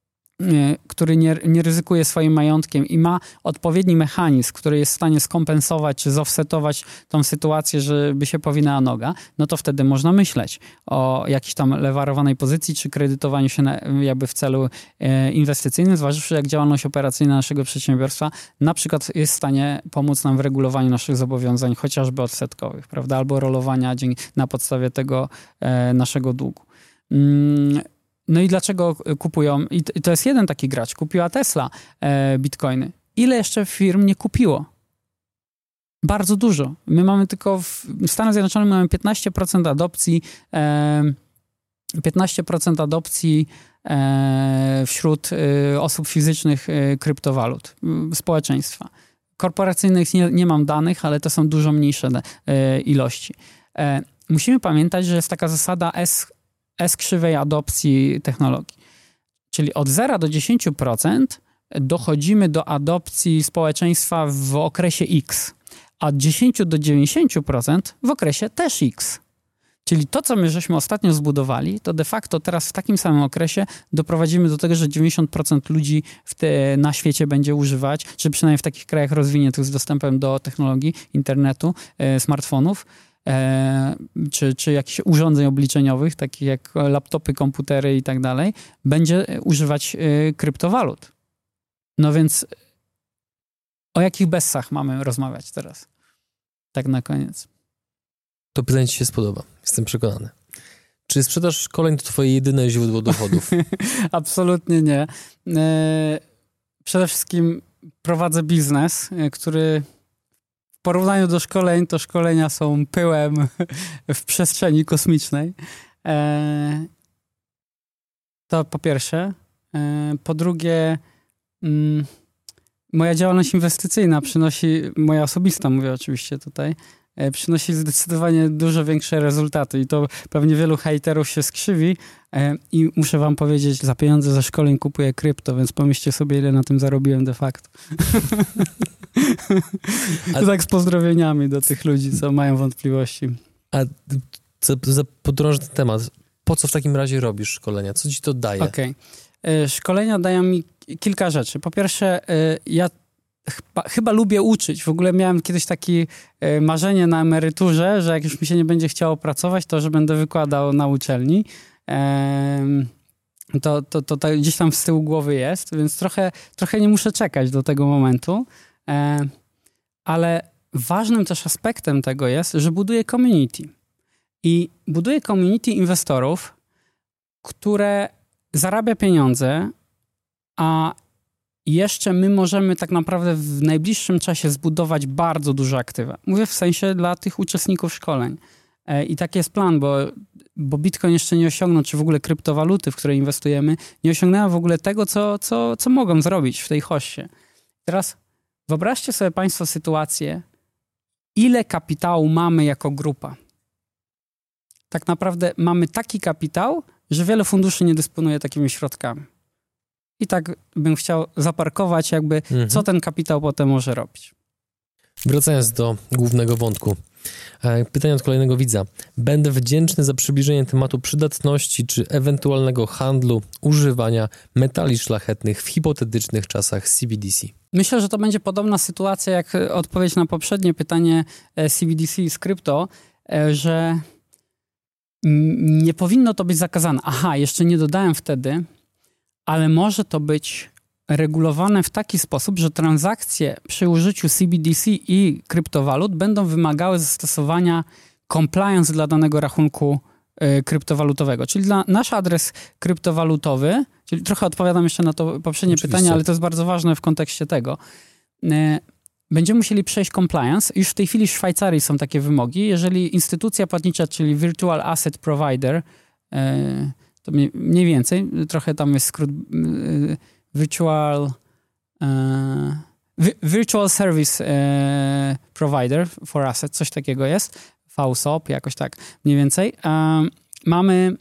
który nie, nie ryzykuje swoim majątkiem i ma odpowiedni mechanizm, który jest w stanie skompensować czy zoffsetować tą sytuację, żeby się powinęła noga, no to wtedy można myśleć o jakiejś tam lewarowanej pozycji czy kredytowaniu się na, jakby w celu e, inwestycyjnym, zważywszy jak działalność operacyjna naszego przedsiębiorstwa na przykład jest w stanie pomóc nam w regulowaniu naszych zobowiązań, chociażby odsetkowych, prawda, albo rolowania dzięki, na podstawie tego e, naszego długu. Mm, No i dlaczego kupują? I to jest jeden taki gracz. Kupiła Tesla e, bitcoiny. Ile jeszcze firm nie kupiło? Bardzo dużo. My mamy tylko w Stanach Zjednoczonych mamy piętnaście procent adopcji e, piętnaście procent adopcji e, wśród e, osób fizycznych e, kryptowalut, e, społeczeństwa. Korporacyjnych nie, nie mam danych, ale to są dużo mniejsze e, ilości. E, musimy pamiętać, że jest taka zasada S S-krzywej adopcji technologii. Czyli od zera do dziesięciu procent dochodzimy do adopcji społeczeństwa w okresie X, a od dziesięciu do dziewięćdziesięciu procent w okresie też X. Czyli to, co my żeśmy ostatnio zbudowali, to de facto teraz w takim samym okresie doprowadzimy do tego, że dziewięćdziesiąt procent ludzi w te, na świecie będzie używać, czy przynajmniej w takich krajach rozwiniętych z dostępem do technologii, internetu, e, smartfonów, E, czy, czy jakichś urządzeń obliczeniowych, takich jak laptopy, komputery i tak dalej, będzie używać e, kryptowalut. No więc o jakich bessach mamy rozmawiać teraz? Tak na koniec. To pytanie ci się spodoba. Jestem przekonany. Czy sprzedaż szkoleń to twoje jedyne źródło dochodów? Absolutnie nie. E, przede wszystkim prowadzę biznes, który w porównaniu do szkoleń, to szkolenia są pyłem w przestrzeni kosmicznej. E, to po pierwsze. E, po drugie, mm, moja działalność inwestycyjna przynosi, moja osobista mówię oczywiście tutaj, e, przynosi zdecydowanie dużo większe rezultaty i to pewnie wielu hejterów się skrzywi e, i muszę wam powiedzieć, za pieniądze ze szkoleń kupuję krypto, więc pomyślcie sobie, ile na tym zarobiłem de facto. A tak z pozdrowieniami do tych ludzi, co mają wątpliwości. A za, za podrążny temat. po co w takim razie robisz szkolenia? Co ci to daje? Okej. Okay. Szkolenia dają mi kilka rzeczy. Po pierwsze, ja chyba, chyba lubię uczyć. W ogóle miałem kiedyś takie marzenie na emeryturze, że jak już mi się nie będzie chciało pracować, to że będę wykładał na uczelni. To, to, to, to gdzieś tam z tyłu głowy jest, więc trochę, trochę nie muszę czekać do tego momentu. Ale ważnym też aspektem tego jest, że buduję community. I buduję community inwestorów, które zarabia pieniądze, a jeszcze my możemy tak naprawdę w najbliższym czasie zbudować bardzo duże aktywa. Mówię w sensie dla tych uczestników szkoleń. I taki jest plan, bo, bo Bitcoin jeszcze nie osiągnął, czy w ogóle kryptowaluty, w które inwestujemy, nie osiągnęły w ogóle tego, co, co, co mogą zrobić w tej hoście. Teraz wyobraźcie sobie Państwo sytuację, ile kapitału mamy jako grupa. Tak naprawdę mamy taki kapitał, że wiele funduszy nie dysponuje takimi środkami. I tak bym chciał zaparkować jakby, mhm. co ten kapitał potem może robić. Wracając do głównego wątku. Pytanie od kolejnego widza. Będę wdzięczny za przybliżenie tematu przydatności czy ewentualnego handlu, używania metali szlachetnych w hipotetycznych czasach C B D C. Myślę, że to będzie podobna sytuacja jak odpowiedź na poprzednie pytanie C B D C z krypto, że nie powinno to być zakazane. Aha, jeszcze nie dodałem wtedy, ale może to być regulowane w taki sposób, że transakcje przy użyciu C B D C i kryptowalut będą wymagały zastosowania compliance dla danego rachunku y, kryptowalutowego. Czyli dla, nasz adres kryptowalutowy, czyli trochę odpowiadam jeszcze na to poprzednie Oczywiście. pytanie, ale to jest bardzo ważne w kontekście tego. Y, będziemy musieli przejść compliance. Już w tej chwili w Szwajcarii są takie wymogi. Jeżeli instytucja płatnicza, czyli Virtual Asset Provider, y, to mniej, mniej więcej, trochę tam jest skrót... Y, Virtual, uh, Virtual Service uh, Provider for Assets, coś takiego jest, V S O P, jakoś tak mniej więcej. Uh, mamy,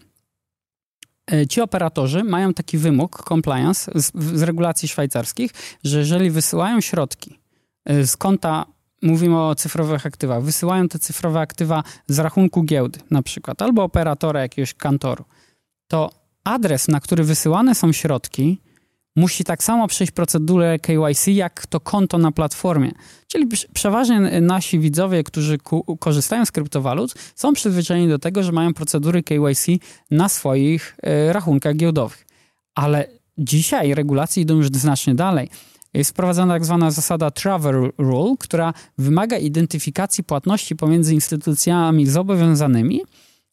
ci operatorzy mają taki wymóg, compliance z, z regulacji szwajcarskich, że jeżeli wysyłają środki z konta, mówimy o cyfrowych aktywach, wysyłają te cyfrowe aktywa z rachunku giełdy na przykład, albo operatora jakiegoś kantoru, to adres, na który wysyłane są środki, musi tak samo przejść procedurę K Y C, jak to konto na platformie. Czyli przeważnie nasi widzowie, którzy ku, korzystają z kryptowalut, są przyzwyczajeni do tego, że mają procedury K Y C na swoich y, rachunkach giełdowych. Ale dzisiaj regulacje idą już znacznie dalej. Jest wprowadzona tak zwana zasada Travel Rule, która wymaga identyfikacji płatności pomiędzy instytucjami zobowiązanymi,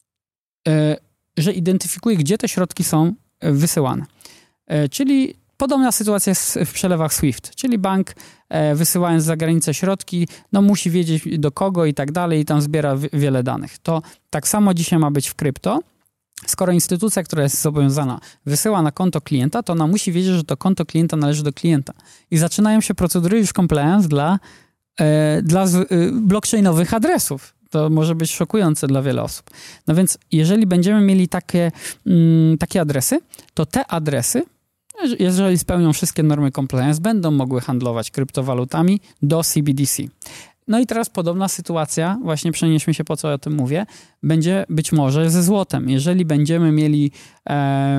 y, że identyfikuje, gdzie te środki są wysyłane. Y, czyli podobna sytuacja jest w przelewach SWIFT, czyli bank e, wysyłając za granicę środki, no musi wiedzieć do kogo i tak dalej i tam zbiera w, wiele danych. To tak samo dzisiaj ma być w krypto. Skoro instytucja, która jest zobowiązana, wysyła na konto klienta, to ona musi wiedzieć, że to konto klienta należy do klienta. I zaczynają się procedury już compliance dla, e, dla z, e, blockchainowych adresów. To może być szokujące dla wielu osób. No więc jeżeli będziemy mieli takie, mm, takie adresy, to te adresy, jeżeli spełnią wszystkie normy compliance, będą mogły handlować kryptowalutami do C B D C. No i teraz podobna sytuacja, właśnie przenieśmy się, po co o tym mówię, będzie być może ze złotem. Jeżeli będziemy mieli, e,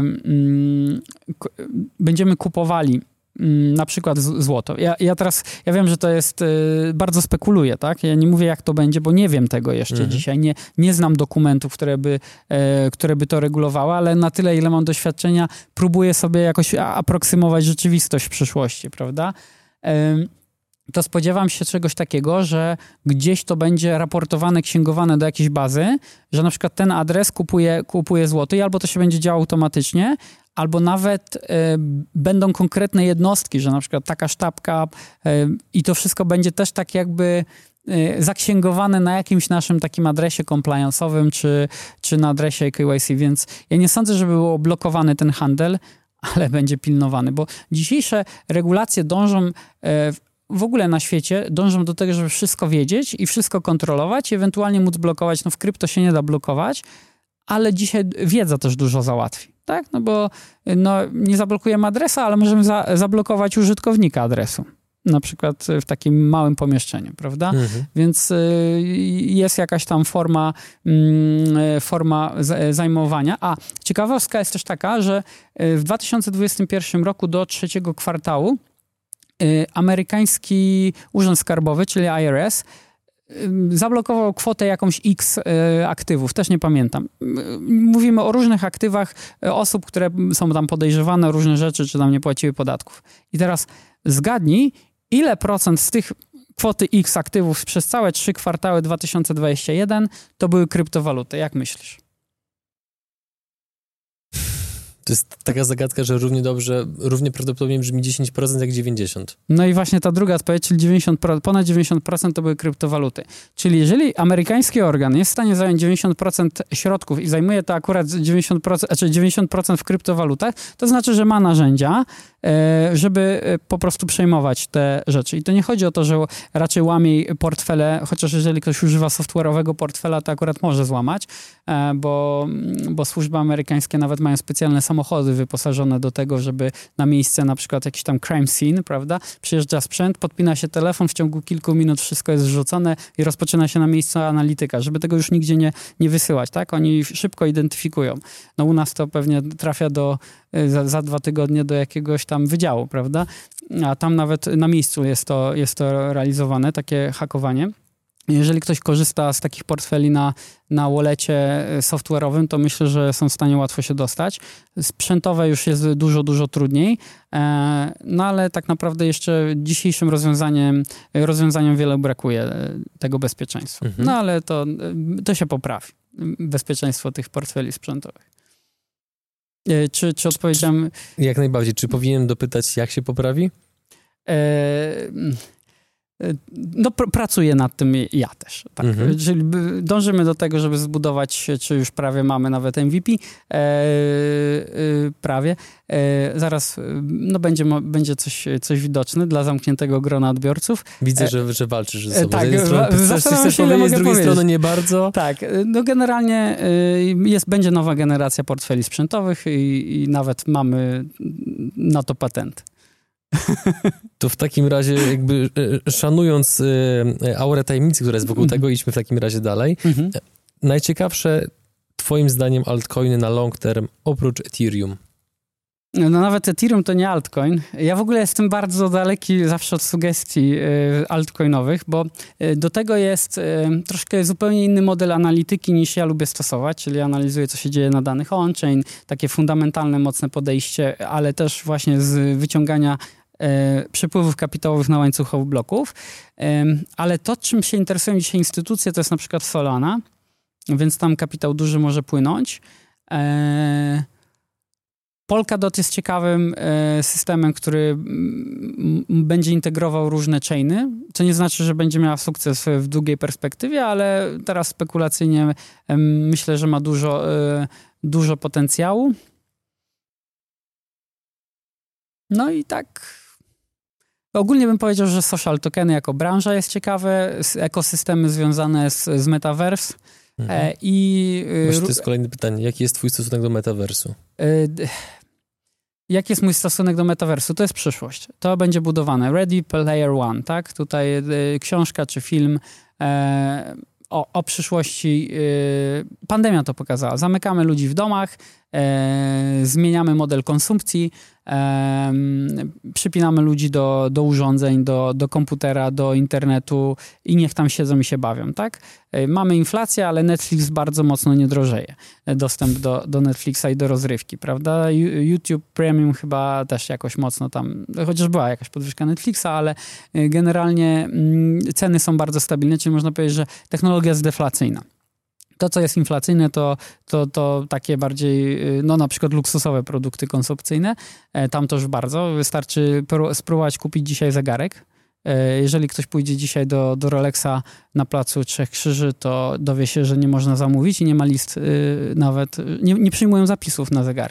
mm, k- będziemy kupowali mm, na przykład z- złoto. Ja, ja teraz, ja wiem, że to jest, e, bardzo spekuluję, tak? Ja nie mówię, jak to będzie, bo nie wiem tego jeszcze mhm. dzisiaj. Nie, nie znam dokumentów, które by, e, które by to regulowały, ale na tyle, ile mam doświadczenia, próbuję sobie jakoś aproksymować rzeczywistość w przyszłości, prawda? E, to spodziewam się czegoś takiego, że gdzieś to będzie raportowane, księgowane do jakiejś bazy, że na przykład ten adres kupuje, kupuje złoto i albo to się będzie działo automatycznie, albo nawet y, będą konkretne jednostki, że na przykład taka sztabka y, i to wszystko będzie też tak jakby y, zaksięgowane na jakimś naszym takim adresie compliance'owym czy, czy na adresie K Y C, więc ja nie sądzę, żeby był blokowany ten handel, ale będzie pilnowany, bo dzisiejsze regulacje dążą y, w ogóle na świecie dążą do tego, żeby wszystko wiedzieć i wszystko kontrolować i ewentualnie móc blokować. No w krypto się nie da blokować, ale dzisiaj wiedza też dużo załatwi, tak? No bo no, nie zablokujemy adresa, ale możemy za, zablokować użytkownika adresu. na przykład w takim małym pomieszczeniu, prawda? Mhm. Więc jest jakaś tam forma, forma zajmowania. A ciekawostka jest też taka, że w dwa tysiące dwudziestym pierwszym roku do trzeciego kwartału amerykański Urząd Skarbowy, czyli I R S, zablokował kwotę jakąś X aktywów, też nie pamiętam. Mówimy o różnych aktywach osób, które są tam podejrzewane o różne rzeczy, czy tam nie płaciły podatków. I teraz zgadnij, ile procent z tych kwoty X aktywów przez całe trzy kwartały dwa tysiące dwudziesty pierwszy to były kryptowaluty. Jak myślisz? To jest taka zagadka, że równie dobrze, równie prawdopodobnie brzmi dziesięć procent jak dziewięćdziesiąt procent. No i właśnie ta druga odpowiedź, czyli dziewięćdziesiąt procent, ponad dziewięćdziesiąt procent to były kryptowaluty. Czyli jeżeli amerykański organ jest w stanie zająć dziewięćdziesiąt procent środków i zajmuje to akurat dziewięćdziesiąt procent, znaczy dziewięćdziesiąt procent w kryptowalutach, to znaczy, że ma narzędzia, żeby po prostu przejmować te rzeczy. I to nie chodzi o to, że raczej łamie portfele, chociaż jeżeli ktoś używa software'owego portfela, to akurat może złamać, bo, bo służby amerykańskie nawet mają specjalne samochody wyposażone do tego, żeby na miejsce na przykład jakiś tam crime scene, prawda, przyjeżdża sprzęt, podpina się telefon, w ciągu kilku minut wszystko jest zrzucone i rozpoczyna się na miejscu analityka, żeby tego już nigdzie nie, nie wysyłać, tak? Oni szybko identyfikują. No u nas to pewnie trafia do Za, za dwa tygodnie do jakiegoś tam wydziału, prawda? A tam nawet na miejscu jest to, jest to realizowane, takie hakowanie. Jeżeli ktoś korzysta z takich portfeli na, na wallecie software'owym, to myślę, że są w stanie łatwo się dostać. Sprzętowe już jest dużo, dużo trudniej, no ale tak naprawdę jeszcze dzisiejszym rozwiązaniem, rozwiązaniom wiele brakuje tego bezpieczeństwa. Mhm. No ale to, to się poprawi, bezpieczeństwo tych portfeli sprzętowych. Czy, czy odpowiedziałem... Jak najbardziej. Czy powinienem dopytać, jak się poprawi? E... No, pr- pracuję nad tym ja też. Tak. Mhm. Czyli dążymy do tego, żeby zbudować, czy już prawie mamy nawet M V P, e, e, prawie. E, zaraz no, będzie, będzie coś, coś widoczne dla zamkniętego grona odbiorców. Widzę, e, że, że walczysz ze sobą. Tak, z jednej strony chcesz coś powiedzieć, z drugiej powiedzieć. strony nie bardzo. Tak, no generalnie jest, będzie nowa generacja portfeli sprzętowych i, i nawet mamy na to patent. To w takim razie jakby szanując aurę tajemnicy, która jest wokół mm. tego, idźmy w takim razie dalej. Mm-hmm. Najciekawsze twoim zdaniem altcoiny na long term oprócz Ethereum? No nawet Ethereum to nie altcoin. Ja w ogóle jestem bardzo daleki zawsze od sugestii y, altcoinowych, bo y, do tego jest y, troszkę zupełnie inny model analityki niż ja lubię stosować, czyli analizuję, co się dzieje na danych on-chain, takie fundamentalne, mocne podejście, ale też właśnie z wyciągania y, przepływów kapitałowych na łańcuchowych bloków. Y, ale to, czym się interesują dzisiaj instytucje, to jest na przykład Solana, więc tam kapitał duży może płynąć. Y, Polkadot jest ciekawym e, systemem, który m, będzie integrował różne chainy, co nie znaczy, że będzie miała sukces w długiej perspektywie, ale teraz spekulacyjnie e, myślę, że ma dużo, e, dużo potencjału. No i tak ogólnie bym powiedział, że social tokeny jako branża jest ciekawe, ekosystemy związane z, z Metaverse. Mhm. I, Właśnie to jest kolejne pytanie. Jaki jest twój stosunek do metaversu? Jaki jest mój stosunek do metaversu? To jest przyszłość. To będzie budowane. Ready Player One, tak? Tutaj książka czy film o, o przyszłości. Pandemia to pokazała. Zamykamy ludzi w domach, zmieniamy model konsumpcji, przypinamy ludzi do, do urządzeń, do, do komputera, do internetu i niech tam siedzą i się bawią, tak? Mamy inflację, ale Netflix bardzo mocno nie drożeje. Dostęp do, do Netflixa i do rozrywki, prawda? YouTube Premium chyba też jakoś mocno tam, chociaż była jakaś podwyżka Netflixa, ale generalnie ceny są bardzo stabilne, czyli można powiedzieć, że technologia jest deflacyjna. To, co jest inflacyjne, to, to, to takie bardziej, no na przykład luksusowe produkty konsumpcyjne. Tam to już bardzo. Wystarczy spróbować kupić dzisiaj zegarek. Jeżeli ktoś pójdzie dzisiaj do, do Rolexa na Placu Trzech Krzyży, to dowie się, że nie można zamówić i nie ma list nawet, nie, nie przyjmują zapisów na zegarki.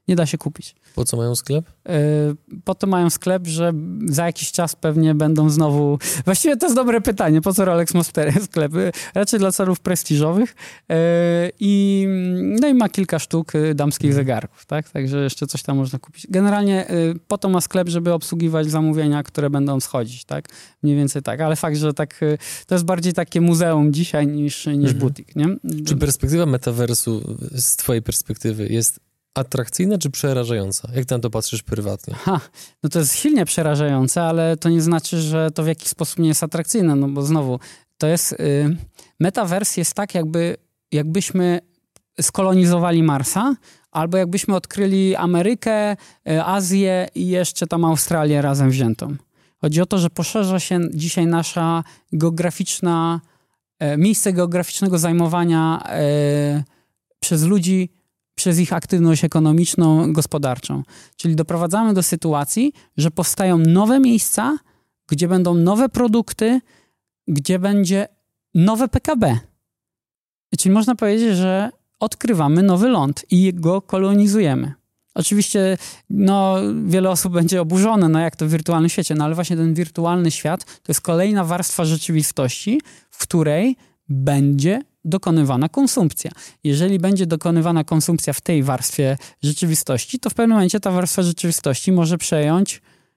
Nie da się kupić. Po co mają sklep? Yy, po to mają sklep, że za jakiś czas pewnie będą znowu... Właściwie to jest dobre pytanie, po co Rolex ma sklepy? Raczej dla celów prestiżowych. Yy, i, no i ma kilka sztuk damskich hmm. zegarków, tak? Także jeszcze coś tam można kupić. Generalnie yy, po to ma sklep, żeby obsługiwać zamówienia, które będą schodzić, tak? Mniej więcej tak, ale fakt, że tak, yy, to jest bardziej takie muzeum dzisiaj niż, niż hmm. butik, nie? Czy perspektywa metaversu z twojej perspektywy jest atrakcyjna czy przerażająca? Jak ty na to patrzysz prywatnie? Ha, no to jest silnie przerażające, ale to nie znaczy, że to w jakiś sposób nie jest atrakcyjne, no bo znowu, to jest... Yy, metavers jest tak, jakby, jakbyśmy skolonizowali Marsa, albo jakbyśmy odkryli Amerykę, yy, Azję i jeszcze tam Australię razem wziętą. Chodzi o to, że poszerza się dzisiaj nasza geograficzna... Yy, miejsce geograficznego zajmowania yy, przez ludzi przez ich aktywność ekonomiczną, gospodarczą. Czyli doprowadzamy do sytuacji, że powstają nowe miejsca, gdzie będą nowe produkty, gdzie będzie nowe P K B. Czyli można powiedzieć, że odkrywamy nowy ląd i go kolonizujemy. Oczywiście no, wiele osób będzie oburzone, no jak to w wirtualnym świecie, no ale właśnie ten wirtualny świat to jest kolejna warstwa rzeczywistości, w której będzie dokonywana konsumpcja. Jeżeli będzie dokonywana konsumpcja w tej warstwie rzeczywistości, to w pewnym momencie ta warstwa rzeczywistości może przejąć,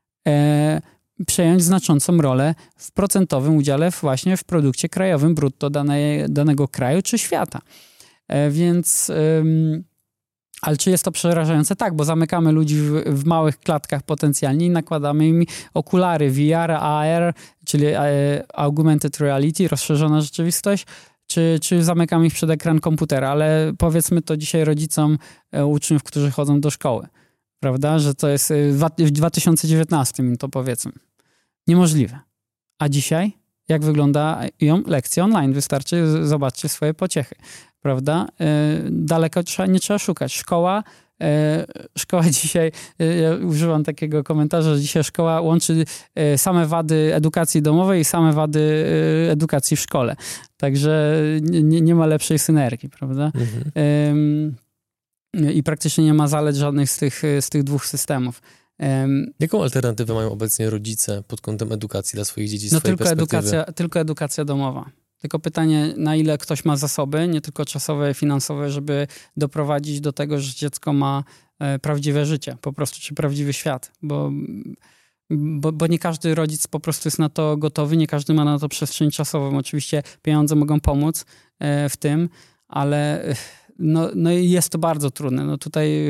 e, przejąć znaczącą rolę w procentowym udziale właśnie w produkcie krajowym brutto danej, danego kraju czy świata. E, więc... Ym, ale czy jest to przerażające? Tak, bo zamykamy ludzi w, w małych klatkach potencjalnie i nakładamy im okulary V R, A R, czyli e, Augmented Reality, rozszerzona rzeczywistość, czy, czy zamykamy ich przed ekran komputera, ale powiedzmy to dzisiaj rodzicom e, uczniów, którzy chodzą do szkoły, prawda, że to jest e, w dwa tysiące dziewiętnastym, to powiedzmy. Niemożliwe. A dzisiaj jak wyglądają lekcje online? Wystarczy z, zobaczcie swoje pociechy, prawda? E, daleko trzeba, nie trzeba szukać. Szkoła Szkoła dzisiaj, ja używam takiego komentarza, że dzisiaj szkoła łączy same wady edukacji domowej i same wady edukacji w szkole. Także nie, nie ma lepszej synergii, prawda? Mhm. I praktycznie nie ma zalet żadnych z tych, z tych dwóch systemów. Jaką alternatywę mają obecnie rodzice pod kątem edukacji dla swoich dzieci z no swojej tylko perspektywy? Edukacja, tylko edukacja domowa. Tylko pytanie, na ile ktoś ma zasoby, nie tylko czasowe, finansowe, żeby doprowadzić do tego, że dziecko ma e, prawdziwe życie, po prostu, czy prawdziwy świat, bo, bo, bo nie każdy rodzic po prostu jest na to gotowy, nie każdy ma na to przestrzeń czasową. Oczywiście pieniądze mogą pomóc e, w tym, ale no, no jest to bardzo trudne. No tutaj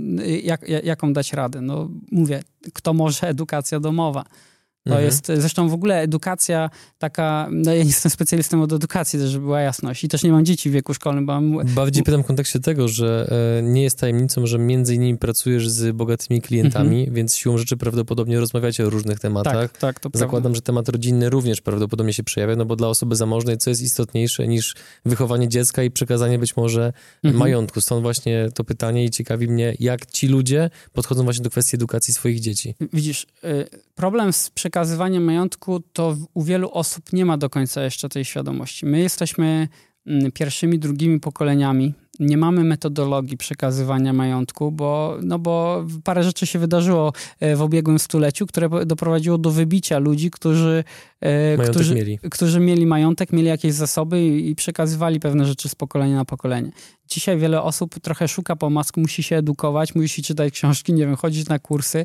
jak, jaką dać radę? No mówię, kto może? Edukacja domowa. To mhm. jest zresztą w ogóle edukacja taka, no ja nie jestem specjalistą od edukacji, też żeby była jasność i też nie mam dzieci w wieku szkolnym. Bo mam... Bardziej pytam w kontekście tego, że e, nie jest tajemnicą, że między innymi pracujesz z bogatymi klientami, mhm. więc siłą rzeczy prawdopodobnie rozmawiacie o różnych tematach. Tak, tak, to Zakładam, prawda. Że temat rodzinny również prawdopodobnie się przejawia, no bo dla osoby zamożnej co jest istotniejsze niż wychowanie dziecka i przekazanie być może mhm. majątku. Stąd właśnie to pytanie i ciekawi mnie, jak ci ludzie podchodzą właśnie do kwestii edukacji swoich dzieci. Widzisz, problem z przekazaniem Przekazywanie majątku, to u wielu osób nie ma do końca jeszcze tej świadomości. My jesteśmy pierwszymi, drugimi pokoleniami. Nie mamy metodologii przekazywania majątku, bo, no bo parę rzeczy się wydarzyło w ubiegłym stuleciu, które doprowadziło do wybicia ludzi, którzy, którzy, mieli. którzy mieli majątek, mieli jakieś zasoby i, i przekazywali pewne rzeczy z pokolenia na pokolenie. Dzisiaj wiele osób trochę szuka pomysłu, musi się edukować, musi czytać książki, nie wiem, chodzić na kursy,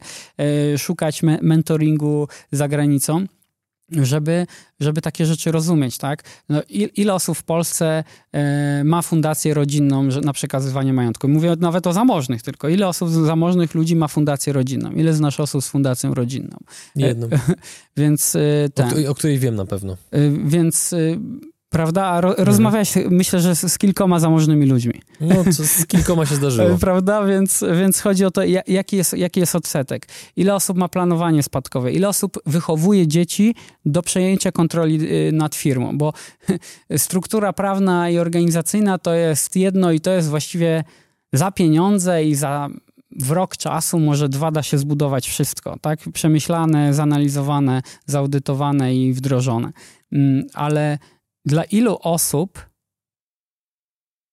szukać me- mentoringu za granicą. Żeby, żeby takie rzeczy rozumieć, tak? No, il, ile osób w Polsce e, ma fundację rodzinną na przekazywanie majątku? Mówię nawet o zamożnych tylko. Ile osób z zamożnych ludzi ma fundację rodzinną? Ile znasz osób z fundacją rodzinną? Jedną. E, więc... E, ten, o, której, o której wiem na pewno. E, więc... E, Prawda? Ro- mhm. Rozmawiałeś, myślę, że z, z kilkoma zamożnymi ludźmi. No, co z kilkoma się zdarzyło. Prawda? Więc, więc chodzi o to, jaki jest, jaki jest odsetek. Ile osób ma planowanie spadkowe? Ile osób wychowuje dzieci do przejęcia kontroli nad firmą? Bo struktura prawna i organizacyjna to jest jedno i to jest właściwie za pieniądze i za w rok czasu, może dwa, da się zbudować wszystko. Tak? Przemyślane, zanalizowane, zaudytowane i wdrożone. Ale dla ilu osób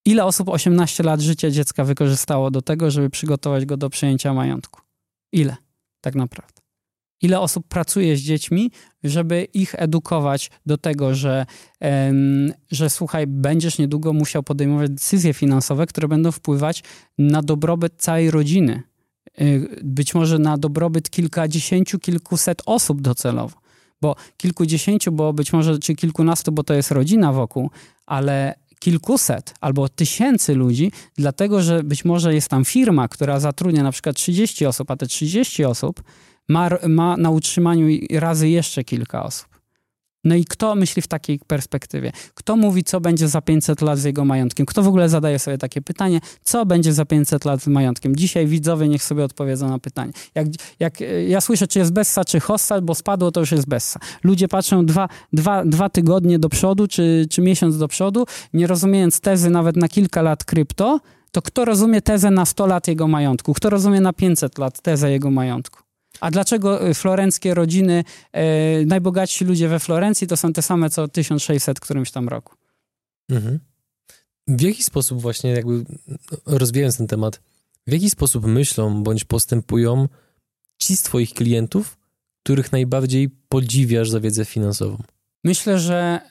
ile osób osiemnaście lat życia dziecka wykorzystało do tego, żeby przygotować go do przejęcia majątku? Ile? Tak naprawdę. Ile osób pracuje z dziećmi, żeby ich edukować do tego, że, em, że słuchaj, będziesz niedługo musiał podejmować decyzje finansowe, które będą wpływać na dobrobyt całej rodziny. Być może na dobrobyt kilkadziesięciu, kilkuset osób docelowo. Bo kilkudziesięciu, bo być może, czy kilkunastu, bo to jest rodzina wokół, ale kilkuset albo tysięcy ludzi, dlatego że być może jest tam firma, która zatrudnia na przykład trzydzieści osób, a te trzydzieści osób ma, ma na utrzymaniu razy jeszcze kilka osób. No i kto myśli w takiej perspektywie? Kto mówi, co będzie za pięćset lat z jego majątkiem? Kto w ogóle zadaje sobie takie pytanie, co będzie za pięćset lat z majątkiem? Dzisiaj widzowie niech sobie odpowiedzą na pytanie. Jak, jak ja słyszę, czy jest Bessa, czy Hossa, bo spadło, to już jest Bessa. Ludzie patrzą dwa, dwa, dwa tygodnie do przodu, czy, czy miesiąc do przodu, nie rozumiejąc tezy nawet na kilka lat krypto, to kto rozumie tezę na sto lat jego majątku? Kto rozumie na pięćset lat tezę jego majątku? A dlaczego florenckie rodziny, e, najbogatsi ludzie we Florencji to są te same co tysiąc sześćset w którymś tam roku? Mhm. W jaki sposób właśnie, jakby rozwijając ten temat, w jaki sposób myślą bądź postępują ci z twoich klientów, których najbardziej podziwiasz za wiedzę finansową? Myślę, że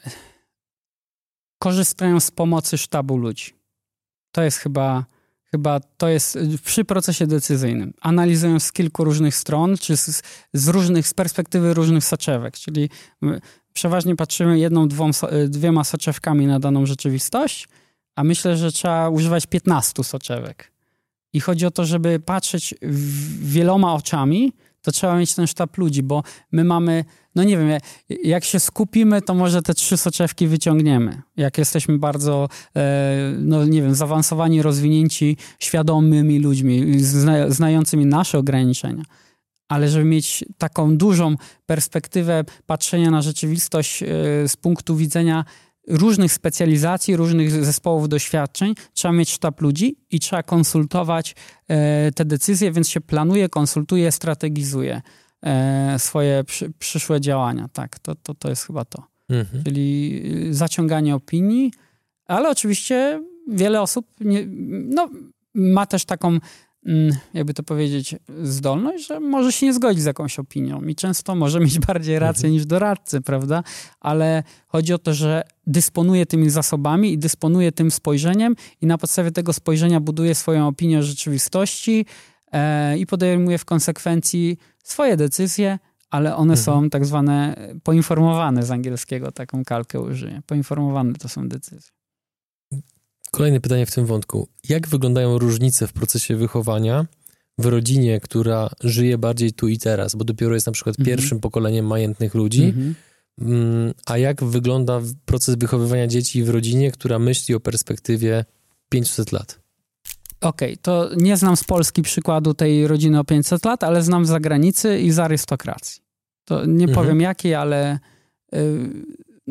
korzystają z pomocy sztabu ludzi. To jest chyba... Chyba to jest przy procesie decyzyjnym. Analizują z kilku różnych stron, czy z, z różnych, z perspektywy różnych soczewek. Czyli przeważnie patrzymy jedną, dwoma, dwiema soczewkami na daną rzeczywistość, a myślę, że trzeba używać piętnastu soczewek. I chodzi o to, żeby patrzeć wieloma oczami, to trzeba mieć ten sztab ludzi, bo my mamy, no nie wiem, jak się skupimy, to może te trzy soczewki wyciągniemy. Jak jesteśmy bardzo, no nie wiem, zaawansowani, rozwinięci, świadomymi ludźmi, zna, znającymi nasze ograniczenia. Ale żeby mieć taką dużą perspektywę patrzenia na rzeczywistość z punktu widzenia różnych specjalizacji, różnych zespołów doświadczeń, trzeba mieć sztab ludzi i trzeba konsultować e, te decyzje, więc się planuje, konsultuje, strategizuje e, swoje przy, przyszłe działania. Tak, to, to, to jest chyba to. Mhm. Czyli zaciąganie opinii, ale oczywiście wiele osób nie, no, ma też taką, jakby to powiedzieć, zdolność, że może się nie zgodzić z jakąś opinią i często może mieć bardziej rację mhm. niż doradcy, prawda? Ale chodzi o to, że dysponuje tymi zasobami i dysponuje tym spojrzeniem i na podstawie tego spojrzenia buduje swoją opinię o rzeczywistości e, i podejmuje w konsekwencji swoje decyzje, ale one mhm. są tak zwane poinformowane z angielskiego, taką kalkę użyję. Poinformowane to są decyzje. Kolejne pytanie w tym wątku. Jak wyglądają różnice w procesie wychowania w rodzinie, która żyje bardziej tu i teraz, bo dopiero jest na przykład mm-hmm. pierwszym pokoleniem majętnych ludzi, mm-hmm. a jak wygląda proces wychowywania dzieci w rodzinie, która myśli o perspektywie pięćset lat? Okej, okay, to nie znam z Polski przykładu tej rodziny o pięćset lat, ale znam z zagranicy i z arystokracji. To nie mm-hmm. powiem jakiej, ale yy,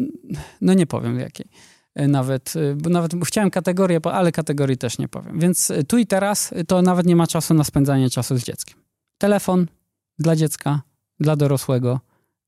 no nie powiem jakiej. Nawet, bo nawet chciałem kategorię, ale kategorii też nie powiem. Więc tu i teraz to nawet nie ma czasu na spędzanie czasu z dzieckiem. Telefon dla dziecka, dla dorosłego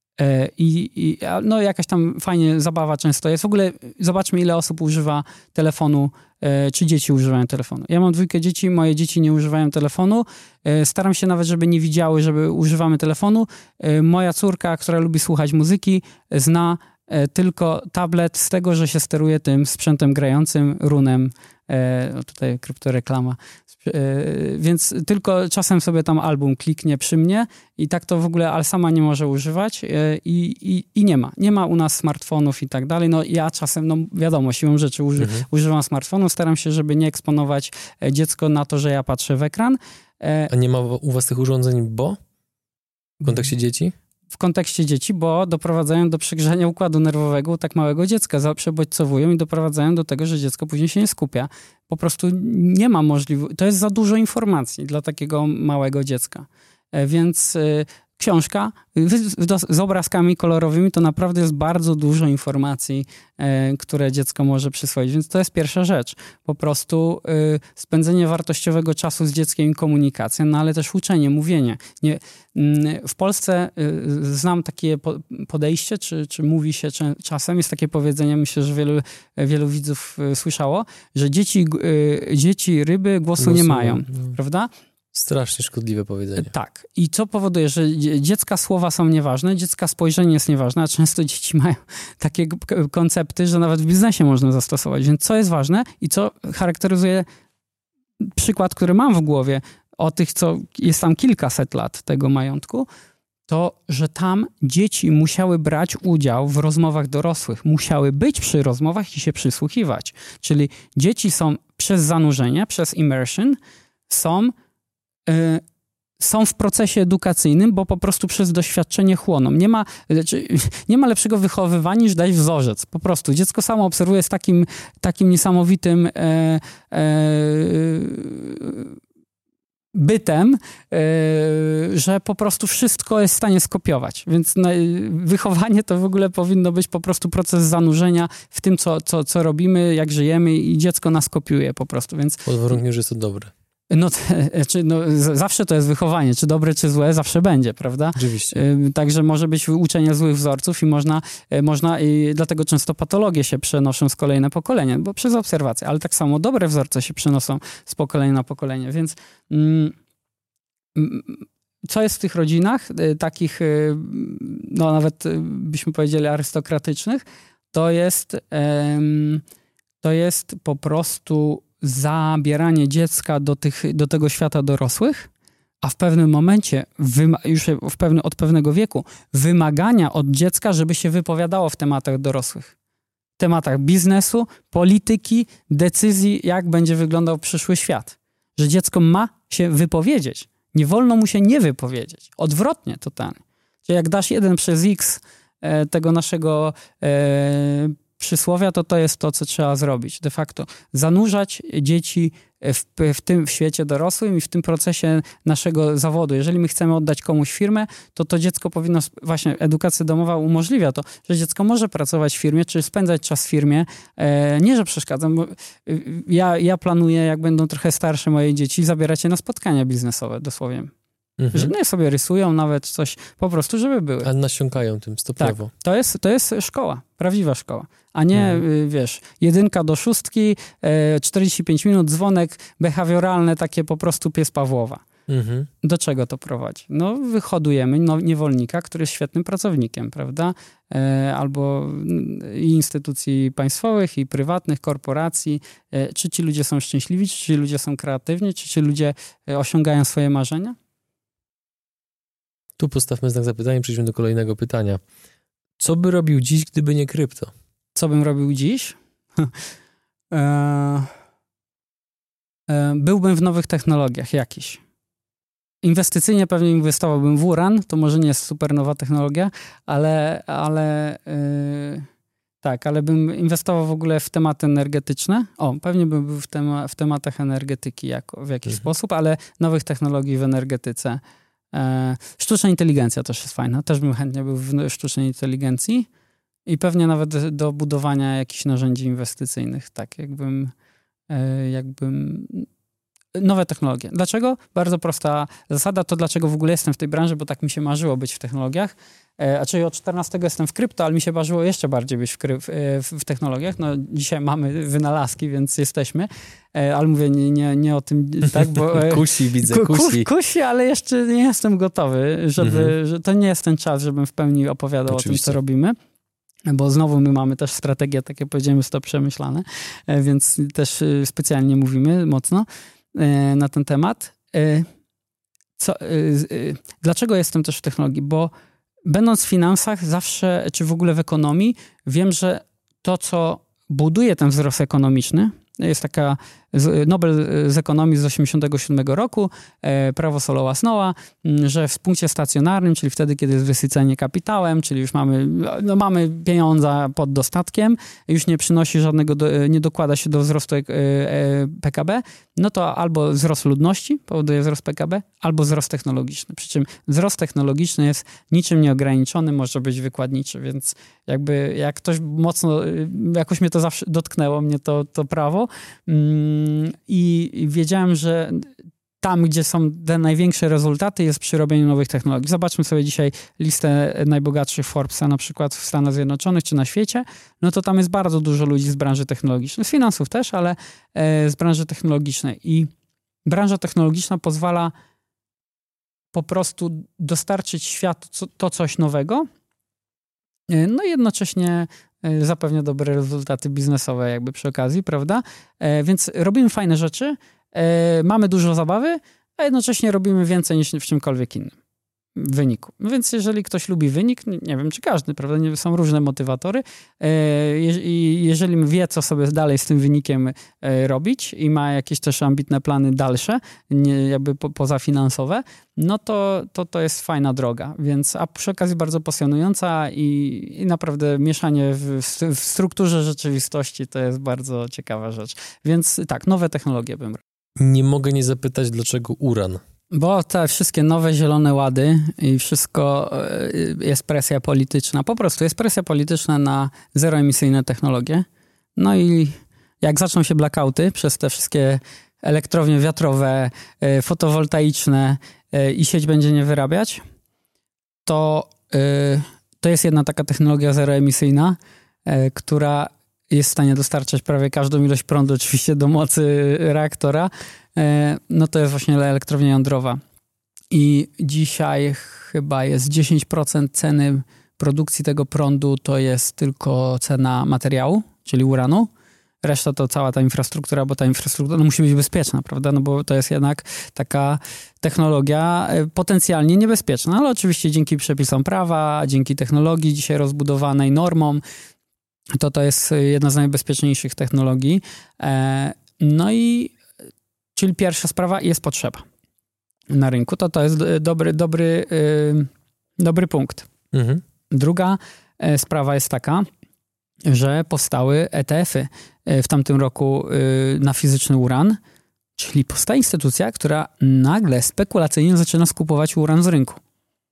i, i no jakaś tam fajnie zabawa często jest. W ogóle zobaczmy, ile osób używa telefonu, czy dzieci używają telefonu. Ja mam dwójkę dzieci, moje dzieci nie używają telefonu. Staram się nawet, żeby nie widziały, żeby używamy telefonu. Moja córka, która lubi słuchać muzyki, zna tylko tablet z tego, że się steruje tym sprzętem grającym, runem, e, tutaj kryptoreklama, e, więc tylko czasem sobie tam album kliknie przy mnie i tak to w ogóle, ale sama nie może używać e, i, i, i nie ma. Nie ma u nas smartfonów i tak dalej. No ja czasem, no wiadomo, siłą rzeczy uży, mhm. używam smartfonu, staram się, żeby nie eksponować dziecko na to, że ja patrzę w ekran. E, A nie ma u was tych urządzeń, bo? W kontekście dzieci? W kontekście dzieci, bo doprowadzają do przegrzania układu nerwowego u tak małego dziecka, przebodźcowują i doprowadzają do tego, że dziecko później się nie skupia. Po prostu nie ma możliwości, to jest za dużo informacji dla takiego małego dziecka. Więc książka z obrazkami kolorowymi to naprawdę jest bardzo dużo informacji, które dziecko może przyswoić. Więc to jest pierwsza rzecz. Po prostu spędzenie wartościowego czasu z dzieckiem i komunikacja, no ale też uczenie, mówienie. Nie, w Polsce znam takie podejście, czy, czy mówi się czasem, jest takie powiedzenie, myślę, że wielu, wielu widzów słyszało, że dzieci, dzieci ryby głosu, głosu nie mają, no. Prawda? Strasznie szkodliwe powiedzenie. Tak. I co powoduje, że dziecka słowa są nieważne, dziecka spojrzenie jest nieważne, a często dzieci mają takie koncepty, że nawet w biznesie można zastosować. Więc co jest ważne i co charakteryzuje przykład, który mam w głowie o tych, co jest tam kilkaset lat tego majątku, to, że tam dzieci musiały brać udział w rozmowach dorosłych, musiały być przy rozmowach i się przysłuchiwać. Czyli dzieci są przez zanurzenie, przez immersion, są są w procesie edukacyjnym, bo po prostu przez doświadczenie chłoną. Nie ma, nie ma lepszego wychowywania niż dać wzorzec. Po prostu dziecko samo obserwuje z takim, takim niesamowitym e, e, bytem, e, że po prostu wszystko jest w stanie skopiować. Więc na, wychowanie to w ogóle powinno być po prostu proces zanurzenia w tym, co, co, co robimy, jak żyjemy i dziecko nas kopiuje po prostu. Więc, pod warunkiem, że jest to dobre. No, czy, no, zawsze to jest wychowanie, czy dobre, czy złe, zawsze będzie, prawda? Oczywiście. Także może być uczenie złych wzorców i można, można i dlatego często patologie się przenoszą z kolejne pokolenia, bo przez obserwację, ale tak samo dobre wzorce się przenoszą z pokolenia na pokolenie, więc mm, co jest w tych rodzinach, takich, no nawet byśmy powiedzieli arystokratycznych, to jest, to jest po prostu zabieranie dziecka do, tych, do tego świata dorosłych, a w pewnym momencie, już w pewne, od pewnego wieku, wymagania od dziecka, żeby się wypowiadało w tematach dorosłych. W tematach biznesu, polityki, decyzji, jak będzie wyglądał przyszły świat. Że dziecko ma się wypowiedzieć. Nie wolno mu się nie wypowiedzieć. Odwrotnie totalnie. Czyli jak dasz jeden przez x e, tego naszego e, przysłowia, to to jest to, co trzeba zrobić. De facto zanurzać dzieci w, w tym w świecie dorosłym i w tym procesie naszego zawodu. Jeżeli my chcemy oddać komuś firmę, to to dziecko powinno, właśnie edukacja domowa umożliwia to, że dziecko może pracować w firmie, czy spędzać czas w firmie. E, nie, że przeszkadzam. Bo ja, ja planuję, jak będą trochę starsze moje dzieci, zabierać je na spotkania biznesowe, dosłownie. Mhm. Że nie sobie rysują nawet coś, po prostu, żeby były. Ale nasiąkają tym stopniowo. Tak, to jest, to jest szkoła, prawdziwa szkoła. A nie, mhm. wiesz, jedynka do szóstki, czterdzieści pięć minut, dzwonek behawioralne, takie po prostu pies Pawłowa. Mhm. Do czego to prowadzi? No, wyhodujemy no, niewolnika, który jest świetnym pracownikiem, prawda? E, albo i instytucji państwowych, i prywatnych, korporacji. E, czy ci ludzie są szczęśliwi, czy ci ludzie są kreatywni, czy ci ludzie osiągają swoje marzenia? Tu postawmy znak zapytania i przejdźmy do kolejnego pytania. Co by robił dziś, gdyby nie krypto? Co bym robił dziś? e, e, byłbym w nowych technologiach jakichś. Inwestycyjnie pewnie inwestowałbym w uran, to może nie jest super nowa technologia, ale, ale e, tak, ale bym inwestował w ogóle w tematy energetyczne. O, pewnie bym był w, tema, w tematach energetyki jako, w jakiś mhm. sposób, ale nowych technologii w energetyce. E, sztuczna inteligencja też jest fajna. Też bym chętnie był w sztucznej inteligencji i pewnie nawet do budowania jakichś narzędzi inwestycyjnych. Tak, jakbym, e, jakbym... Nowe technologie. Dlaczego? Bardzo prosta zasada. To dlaczego w ogóle jestem w tej branży, bo tak mi się marzyło być w technologiach. E, a czyli od czternastego jestem w krypto, ale mi się marzyło jeszcze bardziej być w, kry, w, w technologiach. No dzisiaj mamy wynalazki, więc jesteśmy. E, ale mówię nie, nie, nie o tym, tak, bo... E, kusi, widzę, ku, kusi. Kusi, ale jeszcze nie jestem gotowy, żeby... Mhm. Że to nie jest ten czas, żebym w pełni opowiadał Oczywiście. o tym, co robimy. Bo znowu my mamy też strategię, tak jak powiedziałem, jest to przemyślane, e, więc też specjalnie mówimy mocno na ten temat. Co, dlaczego jestem też w technologii? Bo będąc w finansach zawsze, czy w ogóle w ekonomii, wiem, że to, co buduje ten wzrost ekonomiczny, jest taka Nobel z ekonomii z osiemdziesiątego siódmego roku, prawo Solowa-Snowa, że w punkcie stacjonarnym, czyli wtedy, kiedy jest wysycenie kapitałem, czyli już mamy, no mamy pieniądze pod dostatkiem, już nie przynosi żadnego, do, nie dokłada się do wzrostu P K B, no to albo wzrost ludności powoduje wzrost P K B, albo wzrost technologiczny. Przy czym wzrost technologiczny jest niczym nieograniczony, może być wykładniczy, więc jakby jak ktoś mocno, jakoś mnie to zawsze dotknęło, mnie to, to prawo i, i wiedziałem, że tam, gdzie są te największe rezultaty, jest przy robieniu nowych technologii. Zobaczmy sobie dzisiaj listę najbogatszych Forbesa, na przykład w Stanach Zjednoczonych czy na świecie. No to tam jest bardzo dużo ludzi z branży technologicznej. Z finansów też, ale z branży technologicznej. I branża technologiczna pozwala po prostu dostarczyć światu to coś nowego, no i jednocześnie zapewnia dobre rezultaty biznesowe jakby przy okazji, prawda? Więc robimy fajne rzeczy, mamy dużo zabawy, a jednocześnie robimy więcej niż w czymkolwiek innym wyniku. Więc jeżeli ktoś lubi wynik, nie wiem, czy każdy, prawda, są różne motywatory i jeżeli wie, co sobie dalej z tym wynikiem robić i ma jakieś też ambitne plany dalsze, nie, jakby po, pozafinansowe, no to, to to jest fajna droga. Więc, a przy okazji bardzo pasjonująca i, i naprawdę mieszanie w, w strukturze rzeczywistości to jest bardzo ciekawa rzecz. Więc tak, nowe technologie bym robił. Nie mogę nie zapytać, dlaczego uran? Bo te wszystkie nowe zielone łady i wszystko jest presja polityczna. Po prostu jest presja polityczna na zeroemisyjne technologie. No i jak zaczną się blackouty przez te wszystkie elektrownie wiatrowe, fotowoltaiczne i sieć będzie nie wyrabiać, to, to jest jedna taka technologia zeroemisyjna, która jest w stanie dostarczać prawie każdą ilość prądu, oczywiście do mocy reaktora, no to jest właśnie elektrownia jądrowa. I dzisiaj chyba jest dziesięć procent ceny produkcji tego prądu to jest tylko cena materiału, czyli uranu. Reszta to cała ta infrastruktura, bo ta infrastruktura no, musi być bezpieczna, prawda? No bo to jest jednak taka technologia potencjalnie niebezpieczna, ale oczywiście dzięki przepisom prawa, dzięki technologii dzisiaj rozbudowanej, normom, to to jest jedna z najbezpieczniejszych technologii. No i czyli pierwsza sprawa, jest potrzeba na rynku. To to jest dobry, dobry, dobry punkt. Mhm. Druga sprawa jest taka, że powstały E T F-y w tamtym roku na fizyczny uran, czyli powstaje instytucja, która nagle spekulacyjnie zaczyna skupować uran z rynku.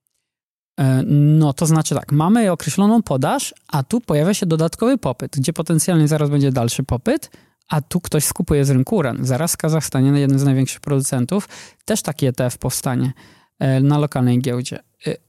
No to znaczy tak, mamy określoną podaż, a tu pojawia się dodatkowy popyt, gdzie potencjalnie zaraz będzie dalszy popyt, a tu ktoś skupuje z rynku uran. Zaraz w Kazachstanie, jeden z największych producentów, też taki E T F powstanie na lokalnej giełdzie.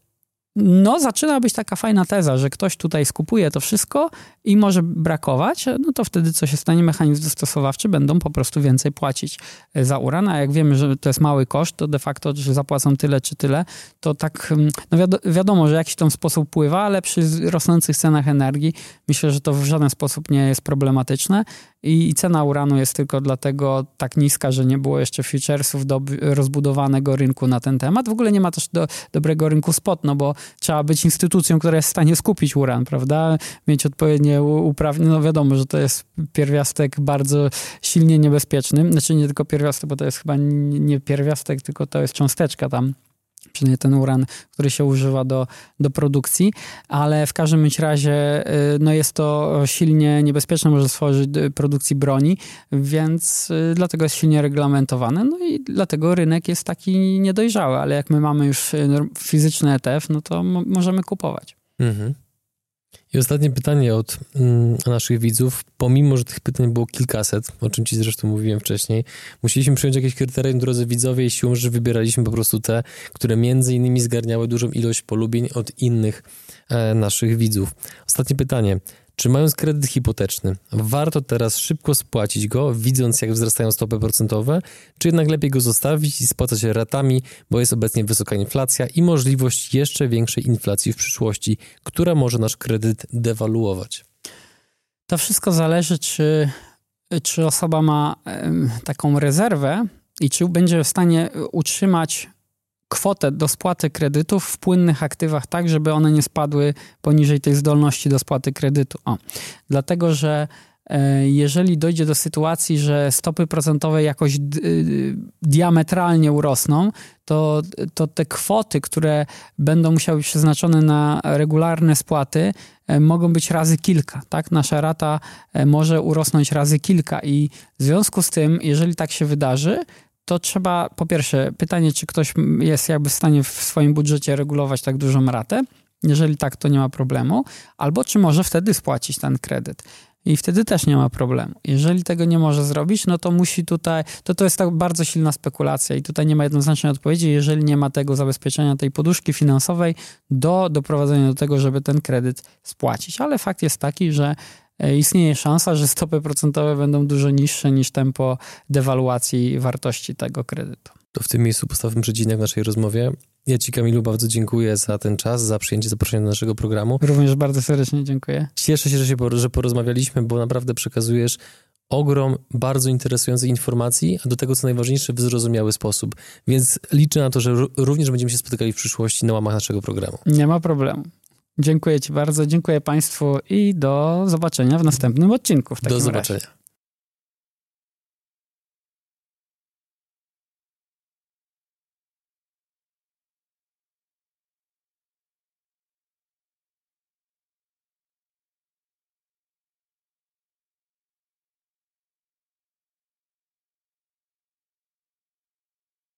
No, zaczyna być taka fajna teza, że ktoś tutaj skupuje to wszystko i może brakować, no to wtedy co się stanie? Mechanizm dostosowawczy będą po prostu więcej płacić za uran, a jak wiemy, że to jest mały koszt, to de facto, że zapłacą tyle czy tyle, to tak, no wiado- wiadomo, że jakiś tam sposób wpływa, ale przy rosnących cenach energii myślę, że to w żaden sposób nie jest problematyczne i, i cena uranu jest tylko dlatego tak niska, że nie było jeszcze futuresów do rozbudowanego rynku na ten temat. W ogóle nie ma też do, dobrego rynku spot, no bo trzeba być instytucją, która jest w stanie skupić uran, prawda? Mieć odpowiednie uprawnienia. No wiadomo, że to jest pierwiastek bardzo silnie niebezpieczny. Znaczy nie tylko pierwiastek, bo to jest chyba nie pierwiastek, tylko to jest cząsteczka tam. Przynajmniej ten uran, który się używa do, do produkcji, ale w każdym bądź razie no jest to silnie niebezpieczne, może stworzyć produkcji broni, więc dlatego jest silnie reglamentowane, no i dlatego rynek jest taki niedojrzały, ale jak my mamy już fizyczny E T F, no to m- możemy kupować. Mhm. I ostatnie pytanie od mm, naszych widzów. Pomimo, że tych pytań było kilkaset, o czym ci zresztą mówiłem wcześniej, musieliśmy przyjąć jakieś kryterium, drodzy widzowie, i siłą rzeczy wybieraliśmy po prostu te, które między innymi zgarniały dużą ilość polubień od innych e, naszych widzów. Ostatnie pytanie. Czy mając kredyt hipoteczny, warto teraz szybko spłacić go, widząc jak wzrastają stopy procentowe, czy jednak lepiej go zostawić i spłacać ratami, bo jest obecnie wysoka inflacja i możliwość jeszcze większej inflacji w przyszłości, która może nasz kredyt dewaluować? To wszystko zależy, czy, czy osoba ma taką rezerwę i czy będzie w stanie utrzymać kwotę do spłaty kredytów w płynnych aktywach tak, żeby one nie spadły poniżej tej zdolności do spłaty kredytu. O, dlatego, że jeżeli dojdzie do sytuacji, że stopy procentowe jakoś diametralnie urosną, to, to te kwoty, które będą musiały być przeznaczone na regularne spłaty, mogą być razy kilka, tak? Nasza rata może urosnąć razy kilka i w związku z tym, jeżeli tak się wydarzy, to trzeba, po pierwsze, pytanie, czy ktoś jest jakby w stanie w swoim budżecie regulować tak dużą ratę. Jeżeli tak, to nie ma problemu. Albo czy może wtedy spłacić ten kredyt. I wtedy też nie ma problemu. Jeżeli tego nie może zrobić, no to musi tutaj, to to jest tak bardzo silna spekulacja i tutaj nie ma jednoznacznej odpowiedzi, jeżeli nie ma tego zabezpieczenia, tej poduszki finansowej do doprowadzenia do tego, żeby ten kredyt spłacić. Ale fakt jest taki, że istnieje szansa, że stopy procentowe będą dużo niższe niż tempo dewaluacji wartości tego kredytu. To w tym miejscu postawmy przecinek w naszej rozmowie. Ja Ci, Kamilu, bardzo dziękuję za ten czas, za przyjęcie zaproszenia do naszego programu. Również bardzo serdecznie dziękuję. Cieszę się, że, się, że porozmawialiśmy, bo naprawdę przekazujesz ogrom bardzo interesujących informacji, a do tego, co najważniejsze, w zrozumiały sposób. Więc liczę na to, że również będziemy się spotykali w przyszłości na łamach naszego programu. Nie ma problemu. Dziękuję Ci bardzo, dziękuję Państwu i do zobaczenia w następnym odcinku. W takim do zobaczenia. razie.